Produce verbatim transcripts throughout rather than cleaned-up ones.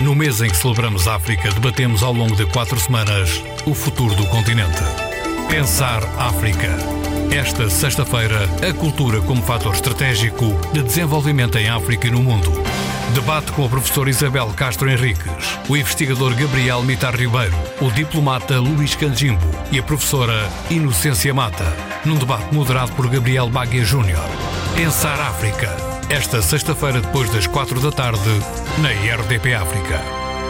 No mês em que celebramos a África, debatemos ao longo de quatro semanas o futuro do continente. Pensar África. Esta sexta-feira, a cultura como fator estratégico de desenvolvimento em África e no mundo. Debate com a professora Isabel Castro Henriques, o investigador Gabriel Mitar Ribeiro, o diplomata Luís Canjimbo e a professora Inocência Mata, num debate moderado por Gabriel Baguia Júnior. Pensar África. Esta sexta-feira, depois das quatro da tarde, na R D P África.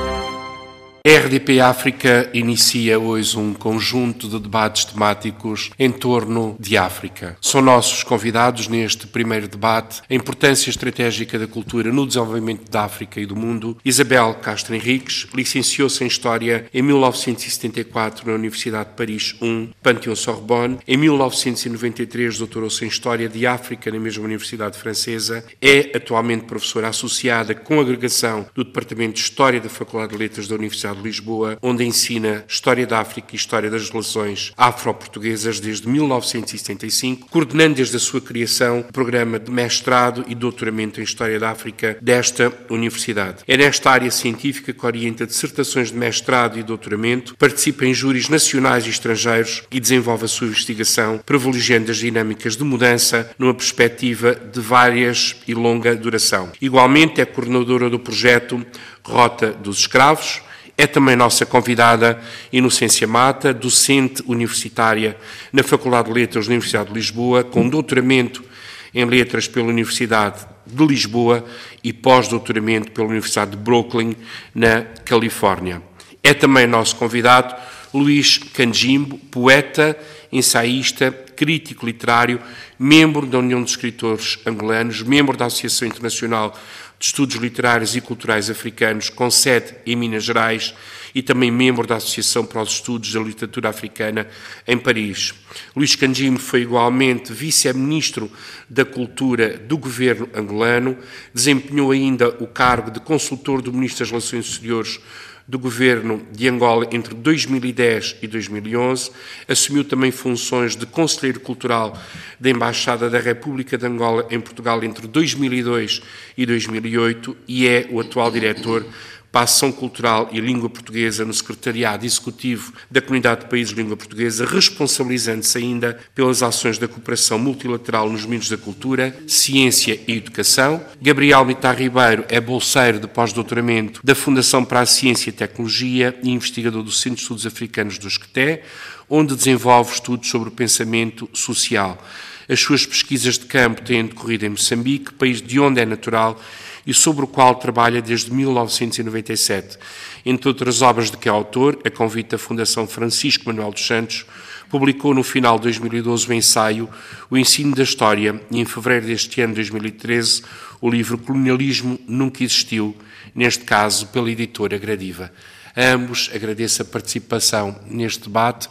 A R D P África inicia hoje um conjunto de debates temáticos em torno de África. São nossos convidados neste primeiro debate a importância estratégica da cultura no desenvolvimento da África e do mundo. Isabel Castro Henriques licenciou-se em História em mil novecentos e setenta e quatro na Universidade de Paris I, Panthéon-Sorbonne. Em mil novecentos e noventa e três doutorou-se em História de África na mesma Universidade Francesa. É atualmente professora associada com agregação do Departamento de História da Faculdade de Letras da Universidade de Lisboa, onde ensina História da África e História das Relações Afro-Portuguesas desde mil novecentos e setenta e cinco, coordenando desde a sua criação o programa de mestrado e doutoramento em História da África desta universidade. É nesta área científica que orienta dissertações de mestrado e doutoramento, participa em júris nacionais e estrangeiros e desenvolve a sua investigação, privilegiando as dinâmicas de mudança numa perspectiva de várias e longa duração. Igualmente é coordenadora do projeto Rota dos Escravos. É também nossa convidada Inocência Mata, docente universitária na Faculdade de Letras da Universidade de Lisboa, com doutoramento em Letras pela Universidade de Lisboa e pós-doutoramento pela Universidade de Brooklyn, na Califórnia. É também nosso convidado Luís Canjimbo, poeta, ensaísta, crítico literário, membro da União dos Escritores Angolanos, membro da Associação Internacional de Estudos Literários e Culturais Africanos, com sede em Minas Gerais, e também membro da Associação para os Estudos da Literatura Africana em Paris. Luís Canjimbo foi igualmente vice-ministro da Cultura do governo angolano, desempenhou ainda o cargo de consultor do Ministro das Relações Exteriores do governo de Angola entre dois mil e dez e dois mil e onze, assumiu também funções de conselheiro cultural da Embaixada da República de Angola em Portugal entre dois mil e dois e dois mil e oito e é o atual diretor para a Ação Cultural e Língua Portuguesa no Secretariado Executivo da Comunidade de Países de Língua Portuguesa, responsabilizando-se ainda pelas ações da cooperação multilateral nos domínios da cultura, ciência e educação. Gabriel Mitar Ribeiro é bolseiro de pós-doutoramento da Fundação para a Ciência e Tecnologia e investigador do Centro de Estudos Africanos do Esqueté, onde desenvolve estudos sobre o pensamento social. As suas pesquisas de campo têm decorrido em Moçambique, país de onde é natural, e sobre o qual trabalha desde mil novecentos e noventa e sete. Entre outras obras de que é autor, a convite da Fundação Francisco Manuel dos Santos, publicou no final de dois mil e doze o ensaio O Ensino da História e em fevereiro deste ano, dois mil e treze, o livro Colonialismo Nunca Existiu, neste caso pela editora Gradiva. A ambos agradeço a participação neste debate.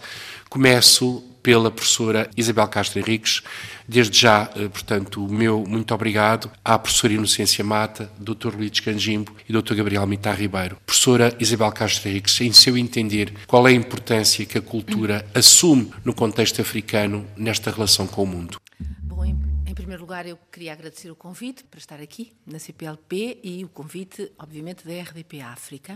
Começo pela professora Isabel Castro Henriques. Desde já, portanto, o meu muito obrigado à professora Inocência Mata, doutor Luís Canjimbo e doutor Gabriel Mitar Ribeiro. Professora Isabel Castro Henriques, em seu entender, qual é a importância que a cultura assume no contexto africano nesta relação com o mundo? Bom, em, em primeiro lugar, eu queria agradecer o convite para estar aqui na C P L P e o convite, obviamente, da R D P África.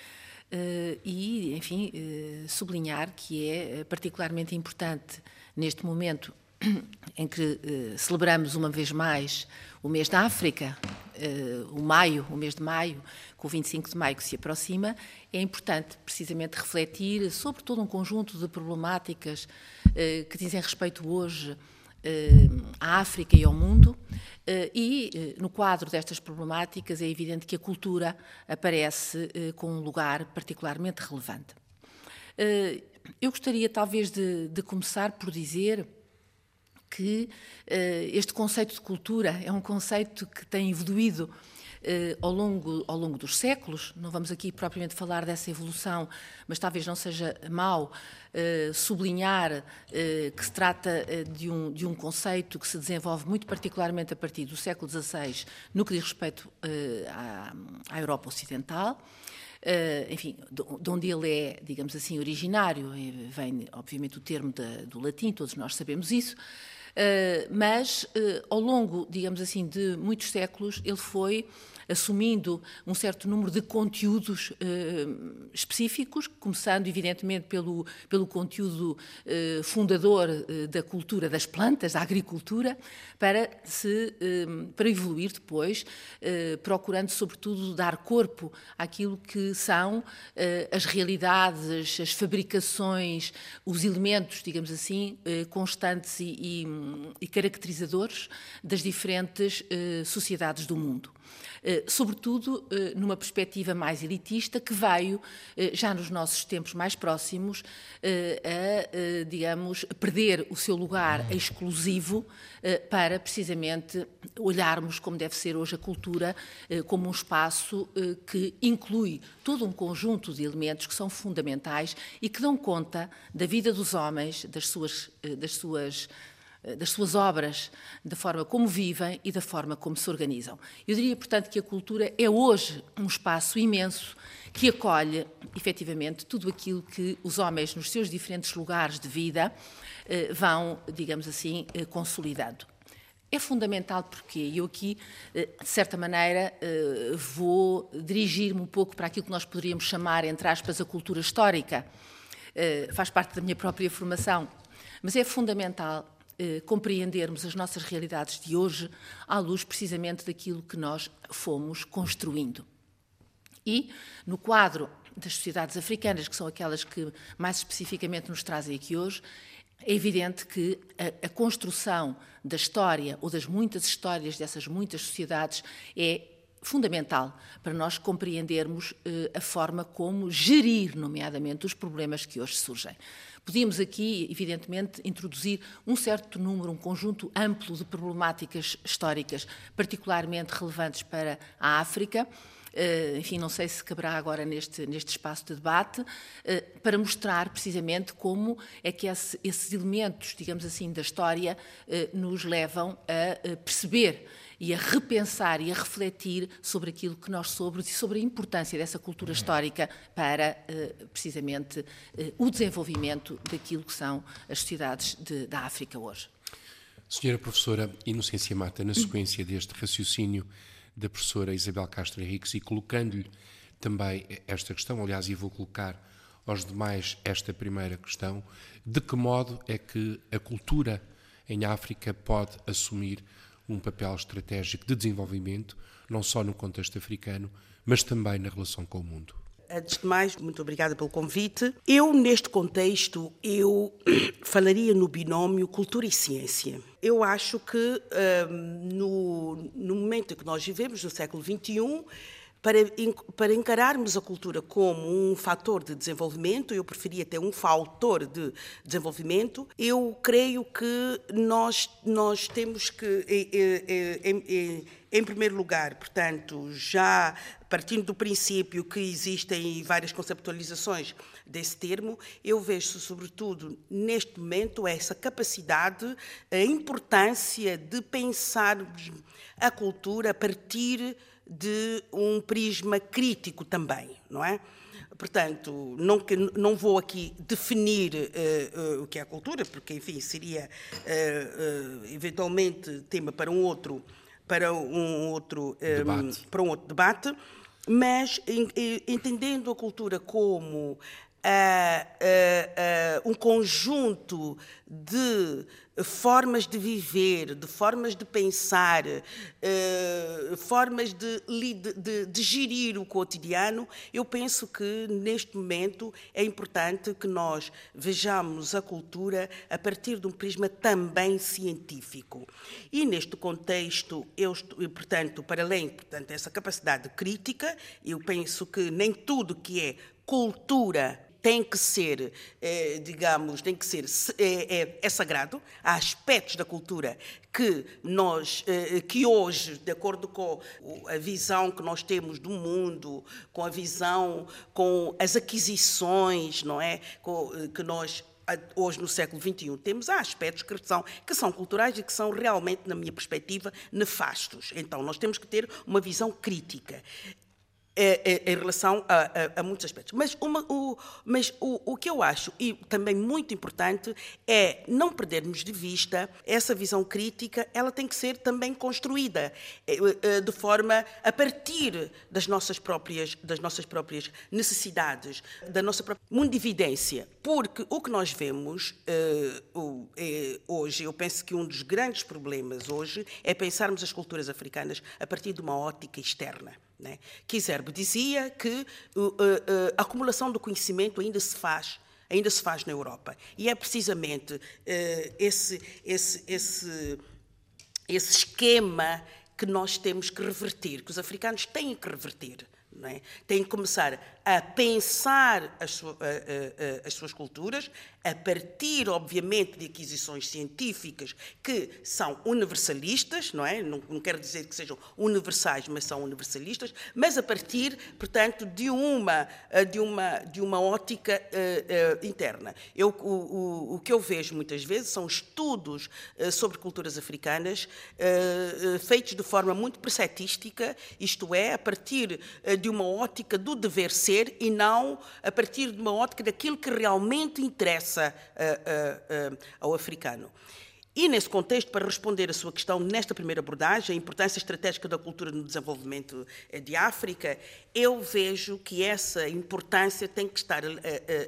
Uh, e, enfim, uh, sublinhar que é particularmente importante neste momento em que uh, celebramos uma vez mais o mês da África, uh, o maio, o mês de maio, com o vinte e cinco de maio que se aproxima, é importante precisamente refletir sobre todo um conjunto de problemáticas uh, que dizem respeito hoje à África e ao mundo, e no quadro destas problemáticas é evidente que a cultura aparece com um lugar particularmente relevante. Eu gostaria talvez de, de começar por dizer que este conceito de cultura é um conceito que tem evoluído Uh, ao, longo, ao longo dos séculos. Não vamos aqui propriamente falar dessa evolução, mas talvez não seja mau uh, sublinhar uh, que se trata uh, de, um, de um conceito que se desenvolve muito particularmente a partir do século dezasseis no que diz respeito uh, à, à Europa Ocidental. Uh, enfim, de onde ele é, digamos assim, originário, vem obviamente o termo da, do latim, todos nós sabemos isso. Uh, mas, uh, ao longo, digamos assim, de muitos séculos, ele foi assumindo um certo número de conteúdos eh, específicos, começando, evidentemente, pelo, pelo conteúdo eh, fundador eh, da cultura das plantas, da agricultura, para, se, eh, para evoluir depois, eh, procurando, sobretudo, dar corpo àquilo que são eh, as realidades, as fabricações, os elementos, digamos assim, eh, constantes e, e, e caracterizadores das diferentes eh, sociedades do mundo. Eh, sobretudo eh, numa perspectiva mais elitista que veio, eh, já nos nossos tempos mais próximos, eh, a, eh, digamos, perder o seu lugar exclusivo eh, para, precisamente, olharmos como deve ser hoje a cultura eh, como um espaço eh, que inclui todo um conjunto de elementos que são fundamentais e que dão conta da vida dos homens, das suas, eh, das suas das suas obras, da forma como vivem e da forma como se organizam. Eu diria, portanto, que a cultura é hoje um espaço imenso que acolhe, efetivamente, tudo aquilo que os homens, nos seus diferentes lugares de vida, vão, digamos assim, consolidando. É fundamental porque eu aqui, de certa maneira, vou dirigir-me um pouco para aquilo que nós poderíamos chamar, entre aspas, a cultura histórica. Faz parte da minha própria formação, mas é fundamental compreendermos as nossas realidades de hoje à luz precisamente daquilo que nós fomos construindo. E, no quadro das sociedades africanas, que são aquelas que mais especificamente nos trazem aqui hoje, é evidente que a, a construção da história ou das muitas histórias dessas muitas sociedades é fundamental para nós compreendermos eh, a forma como gerir, nomeadamente, os problemas que hoje surgem. Podíamos aqui, evidentemente, introduzir um certo número, um conjunto amplo de problemáticas históricas particularmente relevantes para a África. Uh, enfim, não sei se caberá agora neste, neste espaço de debate, uh, para mostrar precisamente como é que esse, esses elementos, digamos assim, da história uh, nos levam a uh, perceber e a repensar e a refletir sobre aquilo que nós somos e sobre a importância dessa cultura histórica para, uh, precisamente, uh, o desenvolvimento daquilo que são as sociedades de, da África hoje. Senhora Professora Inocência Mata, na sequência deste raciocínio da professora Isabel Castro Henriques e colocando-lhe também esta questão, aliás, e vou colocar aos demais esta primeira questão, de que modo é que a cultura em África pode assumir um papel estratégico de desenvolvimento, não só no contexto africano, mas também na relação com o mundo? Antes de mais, muito obrigada pelo convite. Eu, neste contexto, eu falaria no binómio cultura e ciência. Eu acho que um, no, no momento em que nós vivemos, no século vinte e um, para, para encararmos a cultura como um fator de desenvolvimento, eu preferia ter um fator de desenvolvimento, eu creio que nós, nós temos que, em, em, em primeiro lugar, portanto, já partindo do princípio que existem várias conceptualizações desse termo, eu vejo, sobretudo, neste momento, essa capacidade, a importância de pensar a cultura a partir de um prisma crítico também, não é? Portanto, não, não vou aqui definir uh, uh, o que é a cultura, porque, enfim, seria uh, uh, eventualmente tema para um outro, para um outro, um, para um outro debate, mas entendendo a cultura como uh, uh, uh, um conjunto de formas de viver, de formas de pensar, uh, formas de, de, de gerir o cotidiano, eu penso que, neste momento, é importante que nós vejamos a cultura a partir de um prisma também científico. E, neste contexto, eu, portanto, para além portanto, dessa capacidade crítica, eu penso que nem tudo que é cultura tem que ser, eh, digamos, tem que ser, é, é, é sagrado. Há aspectos da cultura que nós, eh, que hoje, de acordo com a visão que nós temos do mundo, com a visão, com as aquisições, não é, com, que nós hoje no século vinte e um temos, há aspectos que são, que são culturais e que são realmente, na minha perspectiva, nefastos. Então, nós temos que ter uma visão crítica. em relação a, a, a muitos aspectos. Mas, uma, o, mas o, o que eu acho, e também muito importante, é não perdermos de vista essa visão crítica, ela tem que ser também construída de forma a partir das nossas próprias, das nossas próprias necessidades, da nossa própria mundividência. Porque o que nós vemos uh, é, hoje, eu penso que um dos grandes problemas hoje é pensarmos as culturas africanas a partir de uma ótica externa. Né? Kizerbo dizia que uh, uh, a acumulação do conhecimento ainda se faz, ainda se faz na Europa. E é precisamente uh, esse, esse, esse, esse esquema que nós temos que reverter, que os africanos têm que reverter. Não é? Têm que começar a pensar as, su- a, a, a, as suas culturas a partir, obviamente, de aquisições científicas que são universalistas, não é? Não, não quero dizer que sejam universais, mas são universalistas, mas a partir, portanto, de uma, de uma, de uma ótica uh, uh, interna. Eu, o, o, o que eu vejo muitas vezes são estudos uh, sobre culturas africanas uh, uh, feitos de forma muito perceptística, isto é, a partir uh, de uma ótica do dever ser e não a partir de uma ótica daquilo que realmente interessa uh, uh, uh, ao africano. E, nesse contexto, para responder a sua questão, nesta primeira abordagem, a importância estratégica da cultura no desenvolvimento de África, eu vejo que essa importância tem que estar uh, uh,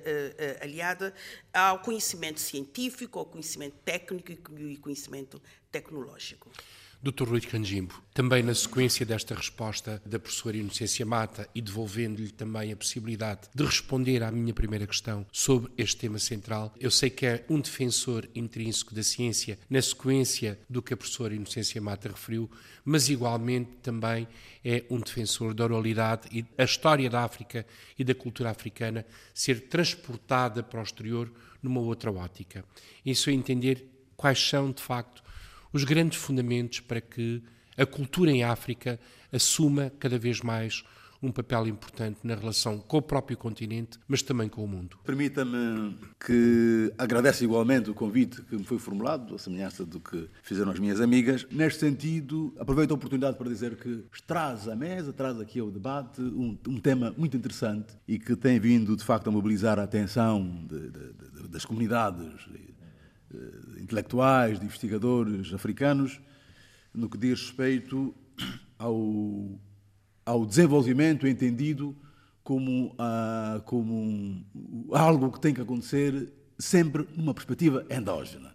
uh, aliada ao conhecimento científico, ao conhecimento técnico e conhecimento tecnológico. doutor Rui Canjimbo, também na sequência desta resposta da professora Inocência Mata e devolvendo-lhe também a possibilidade de responder à minha primeira questão sobre este tema central, eu sei que é um defensor intrínseco da ciência na sequência do que a professora Inocência Mata referiu, mas igualmente também é um defensor da oralidade e a história da África e da cultura africana ser transportada para o exterior numa outra ótica. Isso é entender quais são, de facto, os grandes fundamentos para que a cultura em África assuma cada vez mais um papel importante na relação com o próprio continente, mas também com o mundo. Permita-me que agradeça igualmente o convite que me foi formulado, a semelhança do que fizeram as minhas amigas. Neste sentido, aproveito a oportunidade para dizer que traz à mesa, traz aqui ao debate um, um tema muito interessante e que tem vindo, de facto, a mobilizar a atenção de, de, de, das comunidades intelectuais, de investigadores africanos, no que diz respeito ao, ao desenvolvimento entendido como, ah, como um, algo que tem que acontecer sempre numa perspectiva endógena.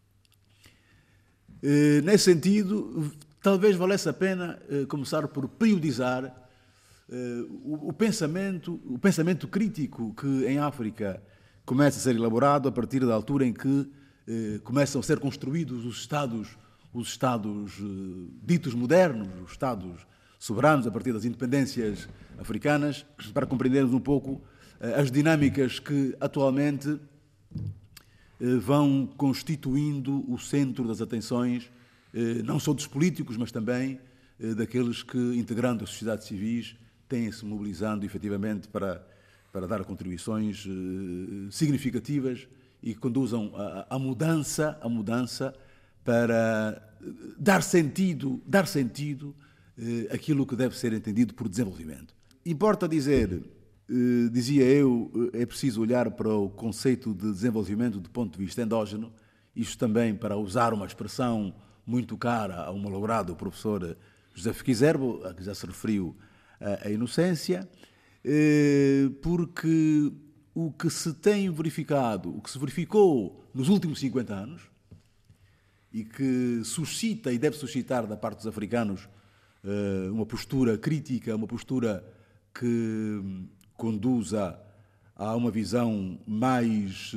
Eh, nesse sentido, talvez valesse a pena eh, começar por periodizar eh, o, o, pensamento, o pensamento crítico que em África começa a ser elaborado a partir da altura em que Eh, começam a ser construídos os Estados, os Estados eh, ditos modernos, os Estados soberanos, a partir das independências africanas, para compreendermos um pouco eh, as dinâmicas que atualmente eh, vão constituindo o centro das atenções, eh, não só dos políticos, mas também eh, daqueles que, integrando as sociedades civis, têm-se mobilizando efetivamente para, para dar contribuições eh, significativas e que conduzam a, a mudança, a mudança para dar sentido, dar sentido eh, àquilo que deve ser entendido por desenvolvimento. Importa dizer, eh, dizia eu, é preciso olhar para o conceito de desenvolvimento do ponto de vista endógeno, isto também para usar uma expressão muito cara ao malogrado professor José Kizerbo, a que já se referiu a, a Inocência, eh, porque o que se tem verificado, o que se verificou nos últimos cinquenta anos e que suscita e deve suscitar da parte dos africanos uma postura crítica, uma postura que conduza a uma visão mais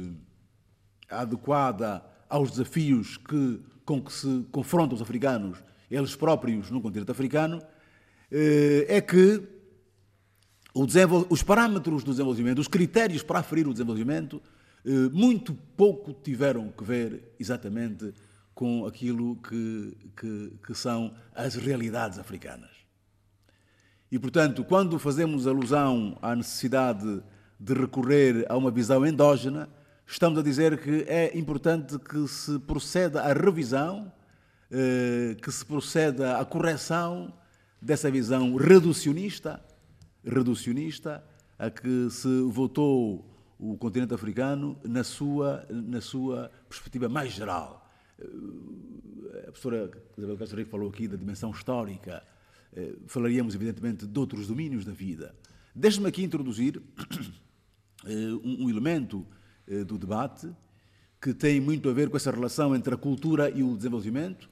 adequada aos desafios que, com que se confrontam os africanos, eles próprios no continente africano, é que os parâmetros do desenvolvimento, os critérios para aferir o desenvolvimento, muito pouco tiveram que ver exatamente com aquilo que, que, que são as realidades africanas. E, portanto, quando fazemos alusão à necessidade de recorrer a uma visão endógena, estamos a dizer que é importante que se proceda à revisão, que se proceda à correção dessa visão reducionista, reducionista a que se votou o continente africano na sua, na sua perspectiva mais geral. A professora Isabel Castro Henrique falou aqui da dimensão histórica, falaríamos evidentemente de outros domínios da vida. Deixe-me aqui introduzir um elemento do debate que tem muito a ver com essa relação entre a cultura e o desenvolvimento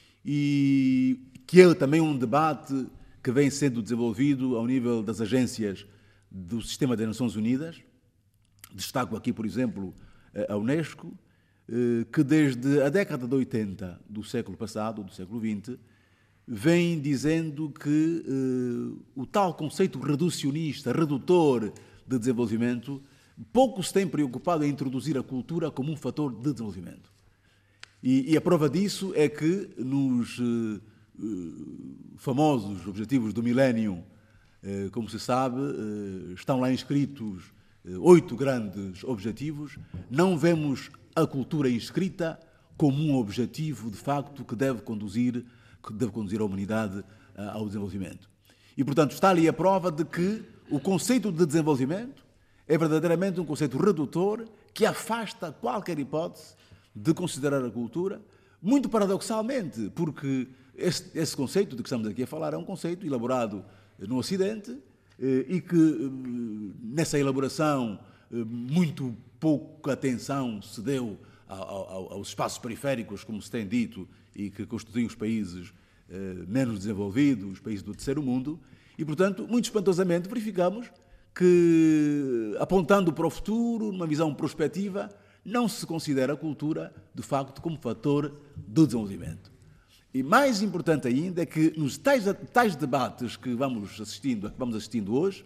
e que é também um debate que vem sendo desenvolvido ao nível das agências do Sistema das Nações Unidas. Destaco aqui, por exemplo, a Unesco, que desde a década de oitenta do século passado, do século vinte, vem dizendo que uh, o tal conceito reducionista, redutor de desenvolvimento, pouco se tem preocupado em introduzir a cultura como um fator de desenvolvimento. E, e a prova disso é que nos uh, uh, famosos Objetivos do Milénio, uh, como se sabe, uh, estão lá inscritos uh, oito grandes objetivos. Não vemos a cultura inscrita como um objetivo, de facto, que deve conduzir, que deve conduzir a humanidade uh, ao desenvolvimento. E, portanto, está ali a prova de que o conceito de desenvolvimento é verdadeiramente um conceito redutor que afasta qualquer hipótese de considerar a cultura, muito paradoxalmente, porque esse, esse conceito de que estamos aqui a falar é um conceito elaborado no Ocidente eh, e que, eh, nessa elaboração, eh, muito pouca atenção se deu ao, ao, aos espaços periféricos, como se tem dito, e que constituem os países eh, menos desenvolvidos, os países do terceiro mundo, e, portanto, muito espantosamente verificamos que, apontando para o futuro, numa visão prospectiva, não se considera a cultura, de facto, como fator de desenvolvimento. E mais importante ainda é que nos tais, tais debates que vamos assistindo, que vamos assistindo hoje,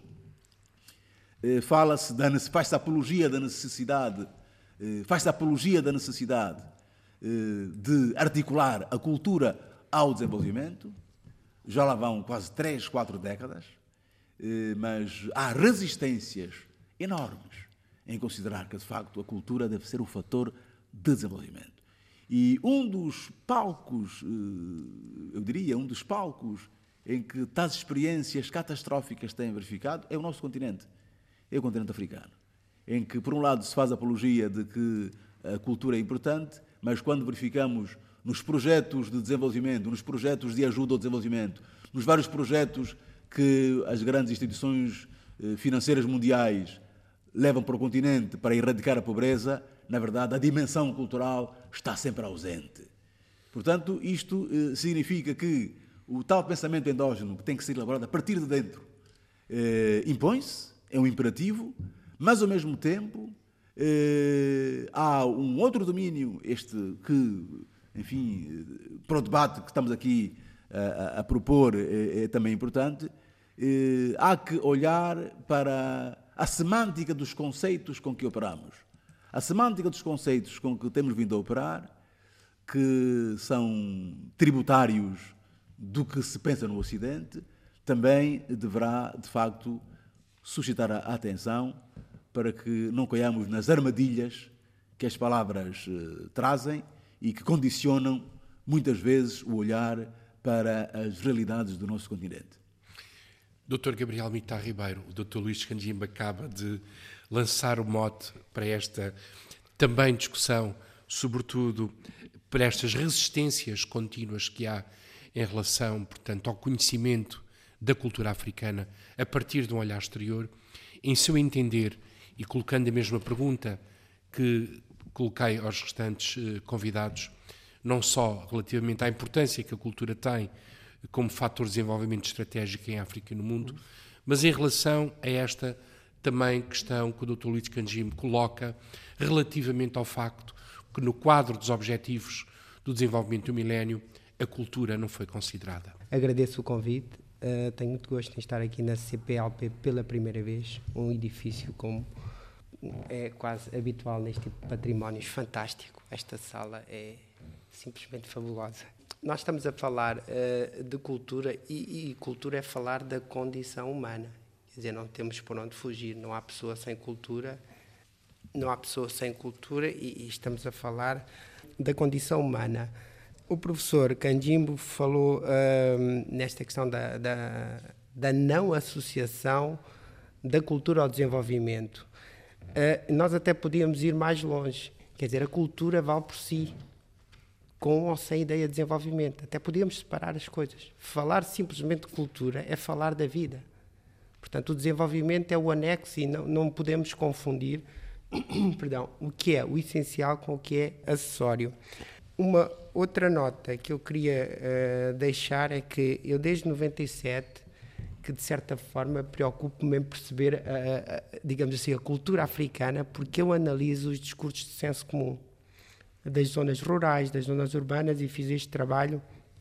eh, fala-se da, faz-se apologia da necessidade, eh, faz-se apologia da necessidade eh, de articular a cultura ao desenvolvimento. Já lá vão quase três, quatro décadas, eh, mas há resistências enormes em considerar que, de facto, a cultura deve ser o fator de desenvolvimento. E um dos palcos, eu diria, um dos palcos em que tais experiências catastróficas têm verificado é o nosso continente, é o continente africano, em que, por um lado, se faz apologia de que a cultura é importante, mas quando verificamos nos projetos de desenvolvimento, nos projetos de ajuda ao desenvolvimento, nos vários projetos que as grandes instituições financeiras mundiais levam para o continente para erradicar a pobreza, na verdade, a dimensão cultural está sempre ausente. Portanto, isto eh, significa que o tal pensamento endógeno, que tem que ser elaborado a partir de dentro, eh, impõe-se, é um imperativo, mas, ao mesmo tempo, eh, há um outro domínio, este que, enfim, para o debate que estamos aqui a, a propor é, é também importante, eh, há que olhar para a semântica dos conceitos com que operamos. A semântica dos conceitos com que temos vindo a operar, que são tributários do que se pensa no Ocidente, também deverá, de facto, suscitar a atenção para que não caiamos nas armadilhas que as palavras eh, trazem e que condicionam, muitas vezes, o olhar para as realidades do nosso continente. doutor Gabriel Mitar Ribeiro, o doutor Luís Canjimba acaba de lançar o mote para esta também discussão, sobretudo para estas resistências contínuas que há em relação, portanto, ao conhecimento da cultura africana a partir de um olhar exterior. Em seu entender, e colocando a mesma pergunta que coloquei aos restantes convidados, não só relativamente à importância que a cultura tem como fator de desenvolvimento estratégico em África e no mundo, mas em relação a esta também questão que o doutor Luís Canjimba coloca relativamente ao facto que no quadro dos objetivos do desenvolvimento do milénio a cultura não foi considerada. Agradeço o convite, uh, tenho muito gosto em estar aqui na C P L P pela primeira vez, um edifício como é quase habitual neste tipo de patrimónios, fantástico. Esta sala é simplesmente fabulosa. Nós estamos a falar uh, de cultura e, e cultura é falar da condição humana. Quer dizer, não temos por onde fugir. Não há pessoa sem cultura, não há pessoa sem cultura e, e estamos a falar da condição humana. O professor Canjimba falou uh, nesta questão da, da, da não associação da cultura ao desenvolvimento. Uh, nós até podíamos ir mais longe, quer dizer, a cultura vale por si, com ou sem ideia de desenvolvimento. Até podíamos separar as coisas. Falar simplesmente de cultura é falar da vida. Portanto, o desenvolvimento é o anexo e não, não podemos confundir perdão, o que é o essencial com o que é acessório. Uma outra nota que eu queria uh, deixar é que eu, desde noventa e sete, que de certa forma preocupo-me em perceber, a, a, digamos assim, a cultura africana, porque eu analiso os discursos de senso comum das zonas rurais, das zonas urbanas, e fiz este trabalho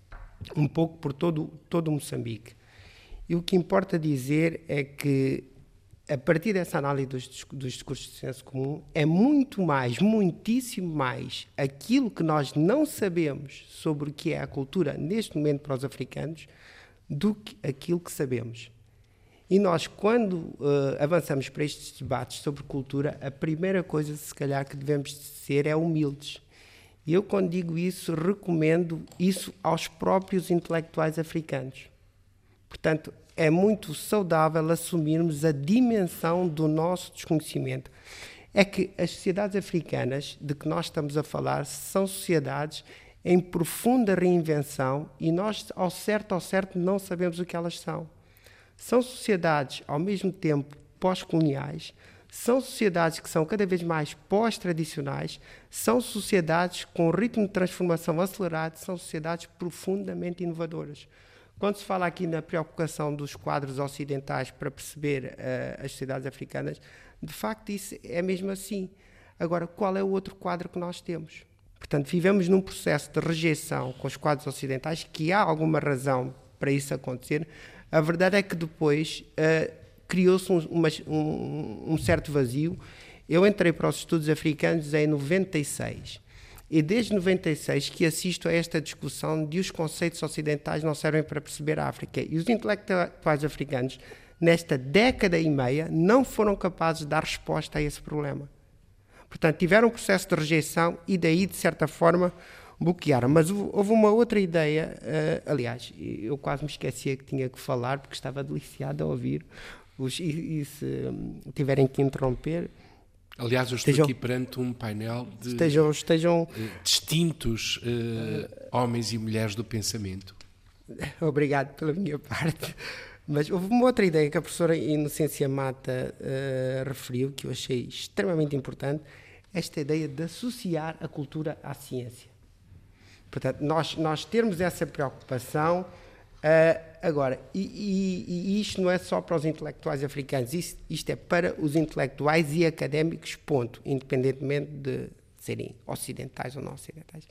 um pouco por todo, todo o Moçambique. E o que importa dizer é que, a partir dessa análise dos, dos discursos de senso comum, é muito mais, muitíssimo mais, aquilo que nós não sabemos sobre o que é a cultura neste momento para os africanos, do que aquilo que sabemos. E nós, quando uh, avançamos para estes debates sobre cultura, a primeira coisa, se calhar, que devemos ser é humildes. E eu, quando digo isso, recomendo isso aos próprios intelectuais africanos. Portanto, é muito saudável assumirmos a dimensão do nosso desconhecimento. É que as sociedades africanas de que nós estamos a falar são sociedades em profunda reinvenção e nós, ao certo, ao certo, não sabemos o que elas são. São sociedades, ao mesmo tempo, pós-coloniais, são sociedades que são cada vez mais pós-tradicionais, são sociedades com ritmo de transformação acelerado, são sociedades profundamente inovadoras. Quando se fala aqui na preocupação dos quadros ocidentais para perceber uh, as sociedades africanas, de facto isso é mesmo assim. Agora, qual é o outro quadro que nós temos? Portanto, vivemos num processo de rejeição com os quadros ocidentais, que há alguma razão para isso acontecer. A verdade é que depois uh, criou-se um, uma, um, um certo vazio. Eu entrei para os estudos africanos em noventa e seis. E desde noventa e seis que assisto a esta discussão de os conceitos ocidentais não servem para perceber a África. E os intelectuais africanos, nesta década e meia, não foram capazes de dar resposta a esse problema. Portanto, tiveram um processo de rejeição e daí, de certa forma, bloquearam. Mas houve uma outra ideia, uh, aliás, eu quase me esquecia que tinha que falar, porque estava deliciado a ouvir, os, e, e se um, tiverem que interromper... Aliás, eu estou estejam, aqui perante um painel de estejam, estejam, distintos uh, homens e mulheres do pensamento. Obrigado pela minha parte. Mas houve uma outra ideia que a professora Inocência Mata uh, referiu, que eu achei extremamente importante, esta ideia de associar a cultura à ciência. Portanto, nós, nós termos essa preocupação, uh, agora, e, e, e isto não é só para os intelectuais africanos, isto, isto é para os intelectuais e académicos, ponto, independentemente de serem ocidentais ou não ocidentais.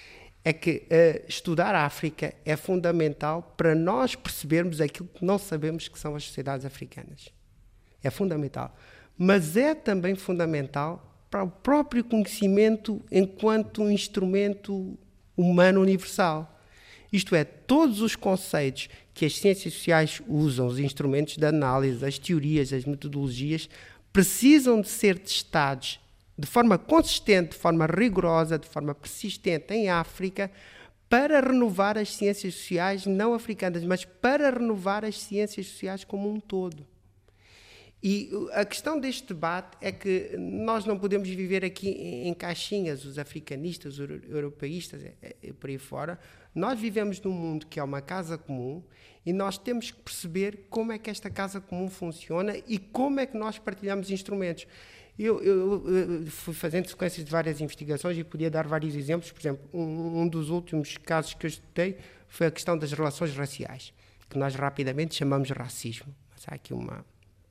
É que uh, estudar a África é fundamental para nós percebermos aquilo que não sabemos que são as sociedades africanas. É fundamental. Mas é também fundamental para o próprio conhecimento enquanto um instrumento humano universal. Isto é, todos os conceitos que as ciências sociais usam, os instrumentos de análise, as teorias, as metodologias, precisam de ser testados de forma consistente, de forma rigorosa, de forma persistente em África, para renovar as ciências sociais não africanas, mas para renovar as ciências sociais como um todo. E a questão deste debate é que nós não podemos viver aqui em caixinhas, os africanistas, os europeístas, por aí fora. Nós vivemos num mundo que é uma casa comum e nós temos que perceber como é que esta casa comum funciona e como é que nós partilhamos instrumentos. Eu, eu, eu fui fazendo sequências de várias investigações e podia dar vários exemplos. Por exemplo, um, um dos últimos casos que eu estudei foi a questão das relações raciais, que nós rapidamente chamamos racismo. Mas há aqui uma,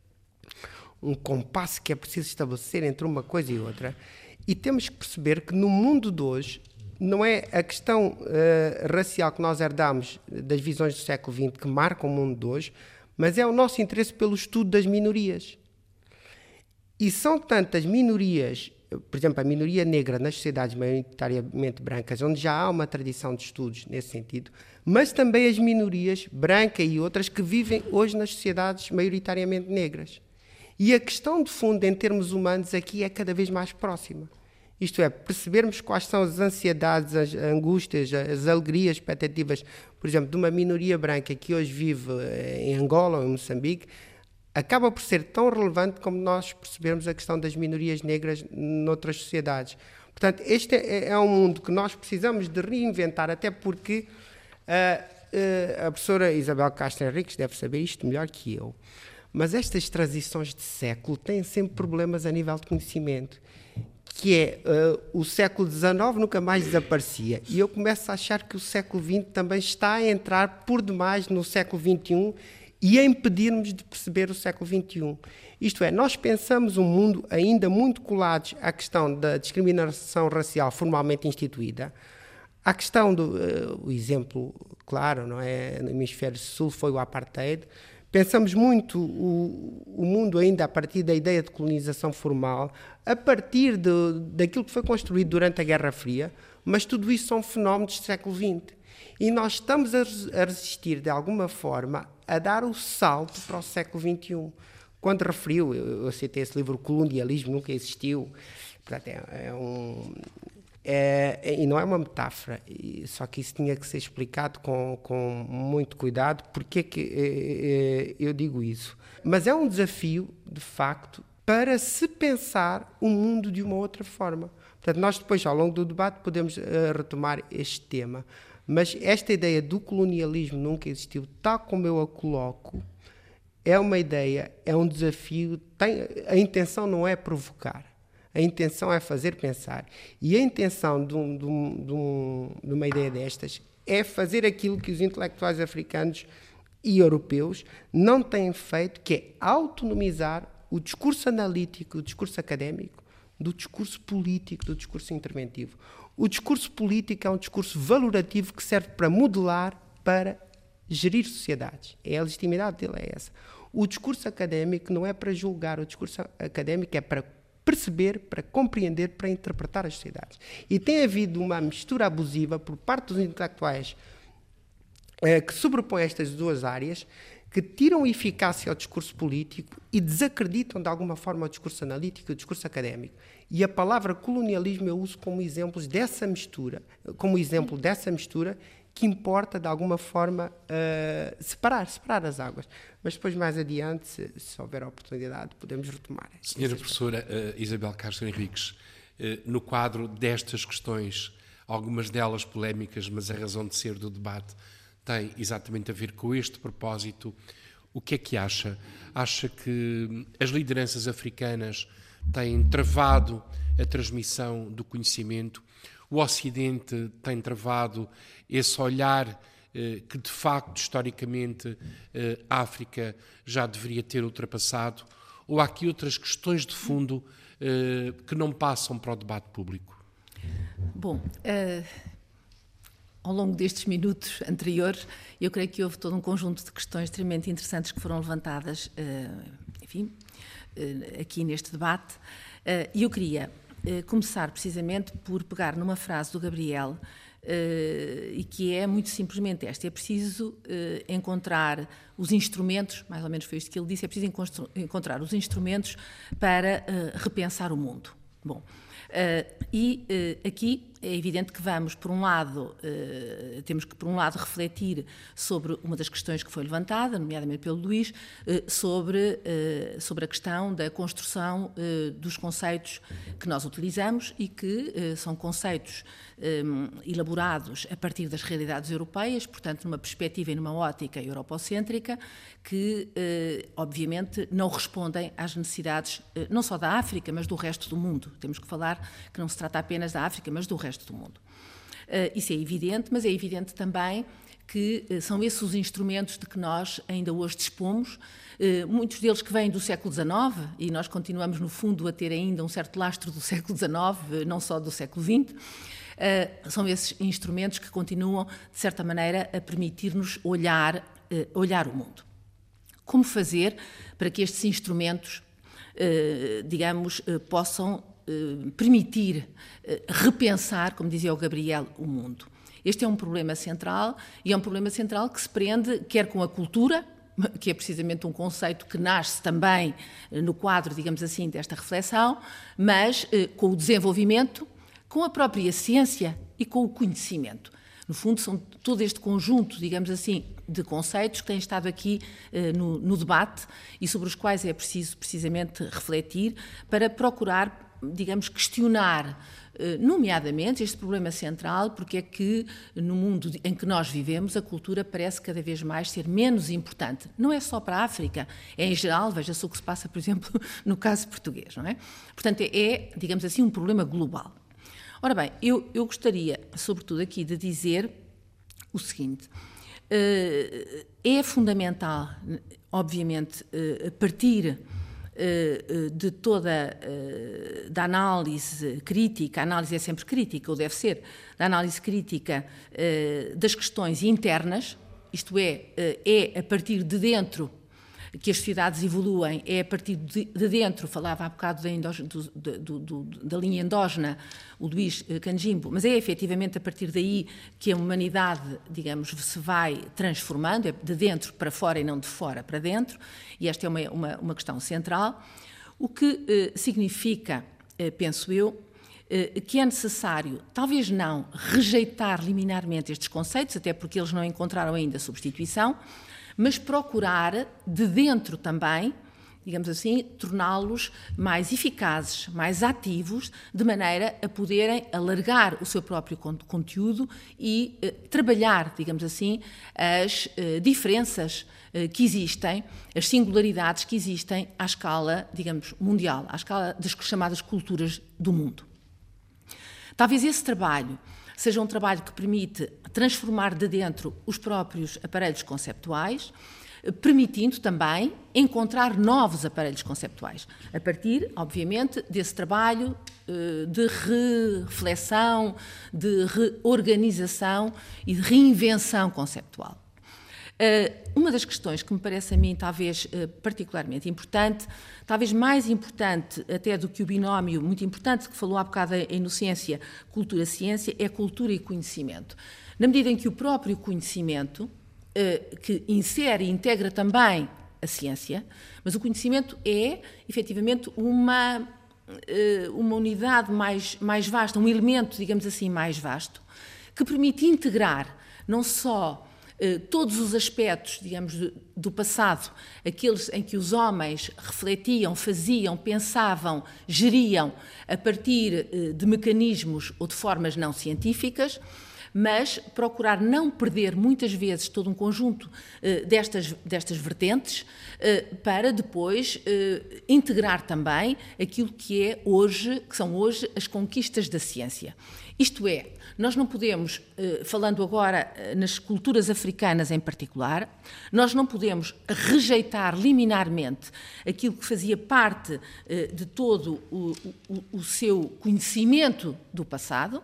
um compasso que é preciso estabelecer entre uma coisa e outra. E temos que perceber que no mundo de hoje, não é a questão uh, racial que nós herdamos das visões do século vinte que marcam o mundo de hoje, mas é o nosso interesse pelo estudo das minorias. E são tantas minorias, por exemplo, a minoria negra nas sociedades maioritariamente brancas, onde já há uma tradição de estudos nesse sentido, mas também as minorias branca e outras que vivem hoje nas sociedades maioritariamente negras. E a questão de fundo, em termos humanos, aqui é cada vez mais próxima. Isto é, percebermos quais são as ansiedades, as angústias, as alegrias, expectativas, por exemplo, de uma minoria branca que hoje vive em Angola ou em Moçambique, acaba por ser tão relevante como nós percebermos a questão das minorias negras noutras sociedades. Portanto, este é, é um mundo que nós precisamos de reinventar, até porque uh, uh, a professora Isabel Castro Henriques deve saber isto melhor que eu, mas estas transições de século têm sempre problemas a nível de conhecimento, que é uh, o século dezenove nunca mais desaparecia, e eu começo a achar que o século vinte também está a entrar por demais no século vinte e um e a impedir-nos de perceber o século vinte e um. Isto é, nós pensamos um mundo ainda muito colados à questão da discriminação racial formalmente instituída, à questão do uh, o exemplo claro, não é, no hemisfério sul foi o apartheid. Pensamos muito o, o mundo ainda a partir da ideia de colonização formal, a partir de, daquilo que foi construído durante a Guerra Fria, mas tudo isso são fenómenos do século vinte. E nós estamos a, a resistir, de alguma forma, a dar o salto para o século vinte e um. Quando referiu, eu, eu citei esse livro, O Colonialismo Nunca Existiu, portanto, é, é um... É, é, e não é uma metáfora, só que isso tinha que ser explicado com, com muito cuidado. Porque é que é, é, eu digo isso? Mas é um desafio, de facto, para se pensar o mundo de uma outra forma. Portanto, nós depois, ao longo do debate, podemos uh, retomar este tema. Mas esta ideia do colonialismo nunca existiu, tal como eu a coloco, é uma ideia, é um desafio. Tem, a intenção não é provocar. A intenção é fazer pensar. E a intenção de, um, de, um, de, um, de uma ideia destas é fazer aquilo que os intelectuais africanos e europeus não têm feito, que é autonomizar o discurso analítico, o discurso académico, do discurso político, do discurso interventivo. O discurso político é um discurso valorativo que serve para modelar, para gerir sociedades. É a legitimidade dele é essa. O discurso académico não é para julgar, o discurso académico é para perceber, para compreender, para interpretar as sociedades. E tem havido uma mistura abusiva por parte dos intelectuais eh, que sobrepõem estas duas áreas, que tiram eficácia ao discurso político e desacreditam de alguma forma o discurso analítico e o discurso académico. E a palavra colonialismo eu uso como exemplos dessa mistura, como exemplo dessa mistura que importa de alguma forma uh, separar, separar as águas. Mas depois mais adiante, se, se houver oportunidade, podemos retomar. Senhora professora uh, Isabel Castro Henriques, uh, no quadro destas questões, algumas delas polémicas, mas a razão de ser do debate tem exatamente a ver com este propósito. O que é que acha? Acha que as lideranças africanas têm travado a transmissão do conhecimento? O Ocidente tem travado esse olhar eh, que, de facto, historicamente, eh, a África já deveria ter ultrapassado? Ou há aqui outras questões de fundo eh, que não passam para o debate público? Bom, uh, ao longo destes minutos anteriores, eu creio que houve todo um conjunto de questões extremamente interessantes que foram levantadas, uh, enfim, uh, aqui neste debate. Uh, e eu queria uh, começar precisamente por pegar numa frase do Gabriel, uh, e que é muito simplesmente esta: é preciso uh, encontrar os instrumentos, mais ou menos foi isto que ele disse, é preciso encontrar os instrumentos para uh, repensar o mundo. Bom, uh, e uh, aqui é evidente que vamos, por um lado, uh, temos que, por um lado, refletir sobre uma das questões que foi levantada, nomeadamente pelo Luís, uh, sobre, uh, sobre a questão da construção uh, dos conceitos que nós utilizamos e que uh, são conceitos um, elaborados a partir das realidades europeias, portanto, numa perspectiva e numa ótica europocêntrica, que, uh, obviamente, não respondem às necessidades, uh, não só da África, mas do resto do mundo. Temos que falar que não se trata apenas da África, mas do resto do mundo. Uh, isso é evidente, mas é evidente também que uh, são esses os instrumentos de que nós ainda hoje dispomos, uh, muitos deles que vêm do século dezenove, e nós continuamos, no fundo, a ter ainda um certo lastro do século dezenove, uh, não só do século vinte. Uh, são esses instrumentos que continuam, de certa maneira, a permitir-nos olhar, uh, olhar o mundo. Como fazer para que estes instrumentos, uh, digamos, uh, possam permitir repensar, como dizia o Gabriel, o mundo. Este é um problema central, e é um problema central que se prende quer com a cultura, que é precisamente um conceito que nasce também no quadro, digamos assim, desta reflexão, mas com o desenvolvimento, com a própria ciência e com o conhecimento. No fundo, são todo este conjunto, digamos assim, de conceitos que têm estado aqui eh, no, no debate e sobre os quais é preciso precisamente refletir para procurar, digamos, questionar, eh, nomeadamente, este problema central, porque é que no mundo em que nós vivemos a cultura parece cada vez mais ser menos importante. Não é só para a África, é em geral, veja-se o que se passa, por exemplo, no caso português, não é? Portanto, é, é digamos assim, um problema global. Ora bem, eu, eu gostaria, sobretudo aqui, de dizer o seguinte. Uh, é fundamental, obviamente, uh, partir uh, de toda uh, da análise crítica, a análise é sempre crítica, ou deve ser, da análise crítica uh, das questões internas, isto é, uh, é a partir de dentro que as sociedades evoluem, é a partir de, de dentro, falava há bocado da, endógena, do, do, do, da linha endógena, o Luís Canjimbo, mas é efetivamente a partir daí que a humanidade, digamos, se vai transformando, é de dentro para fora e não de fora para dentro, e esta é uma, uma, uma questão central, o que eh, significa, eh, penso eu, eh, que é necessário, talvez não rejeitar liminarmente estes conceitos, até porque eles não encontraram ainda substituição, mas procurar, de dentro também, digamos assim, torná-los mais eficazes, mais ativos, de maneira a poderem alargar o seu próprio conteúdo e eh, trabalhar, digamos assim, as eh, diferenças eh, que existem, as singularidades que existem à escala, digamos, mundial, à escala das chamadas culturas do mundo. Talvez esse trabalho seja um trabalho que permite transformar de dentro os próprios aparelhos conceptuais, permitindo também encontrar novos aparelhos conceptuais, a partir, obviamente, desse trabalho de reflexão, de reorganização e de reinvenção conceptual. Uma das questões que me parece a mim talvez particularmente importante, talvez mais importante até do que o binómio muito importante que falou há bocado a inocência, cultura-ciência, é cultura e conhecimento. Na medida em que o próprio conhecimento, que insere e integra também a ciência, mas o conhecimento é, efetivamente, uma, uma unidade mais, mais vasta, um elemento, digamos assim, mais vasto, que permite integrar não só todos os aspectos, digamos, do passado, aqueles em que os homens refletiam, faziam, pensavam, geriam a partir de mecanismos ou de formas não científicas, mas procurar não perder muitas vezes todo um conjunto uh, destas, destas vertentes uh, para depois uh, integrar também aquilo que é hoje, que são hoje as conquistas da ciência. Isto é, nós não podemos, uh, falando agora uh, nas culturas africanas em particular, nós não podemos rejeitar liminarmente aquilo que fazia parte uh, de todo o, o, o seu conhecimento do passado,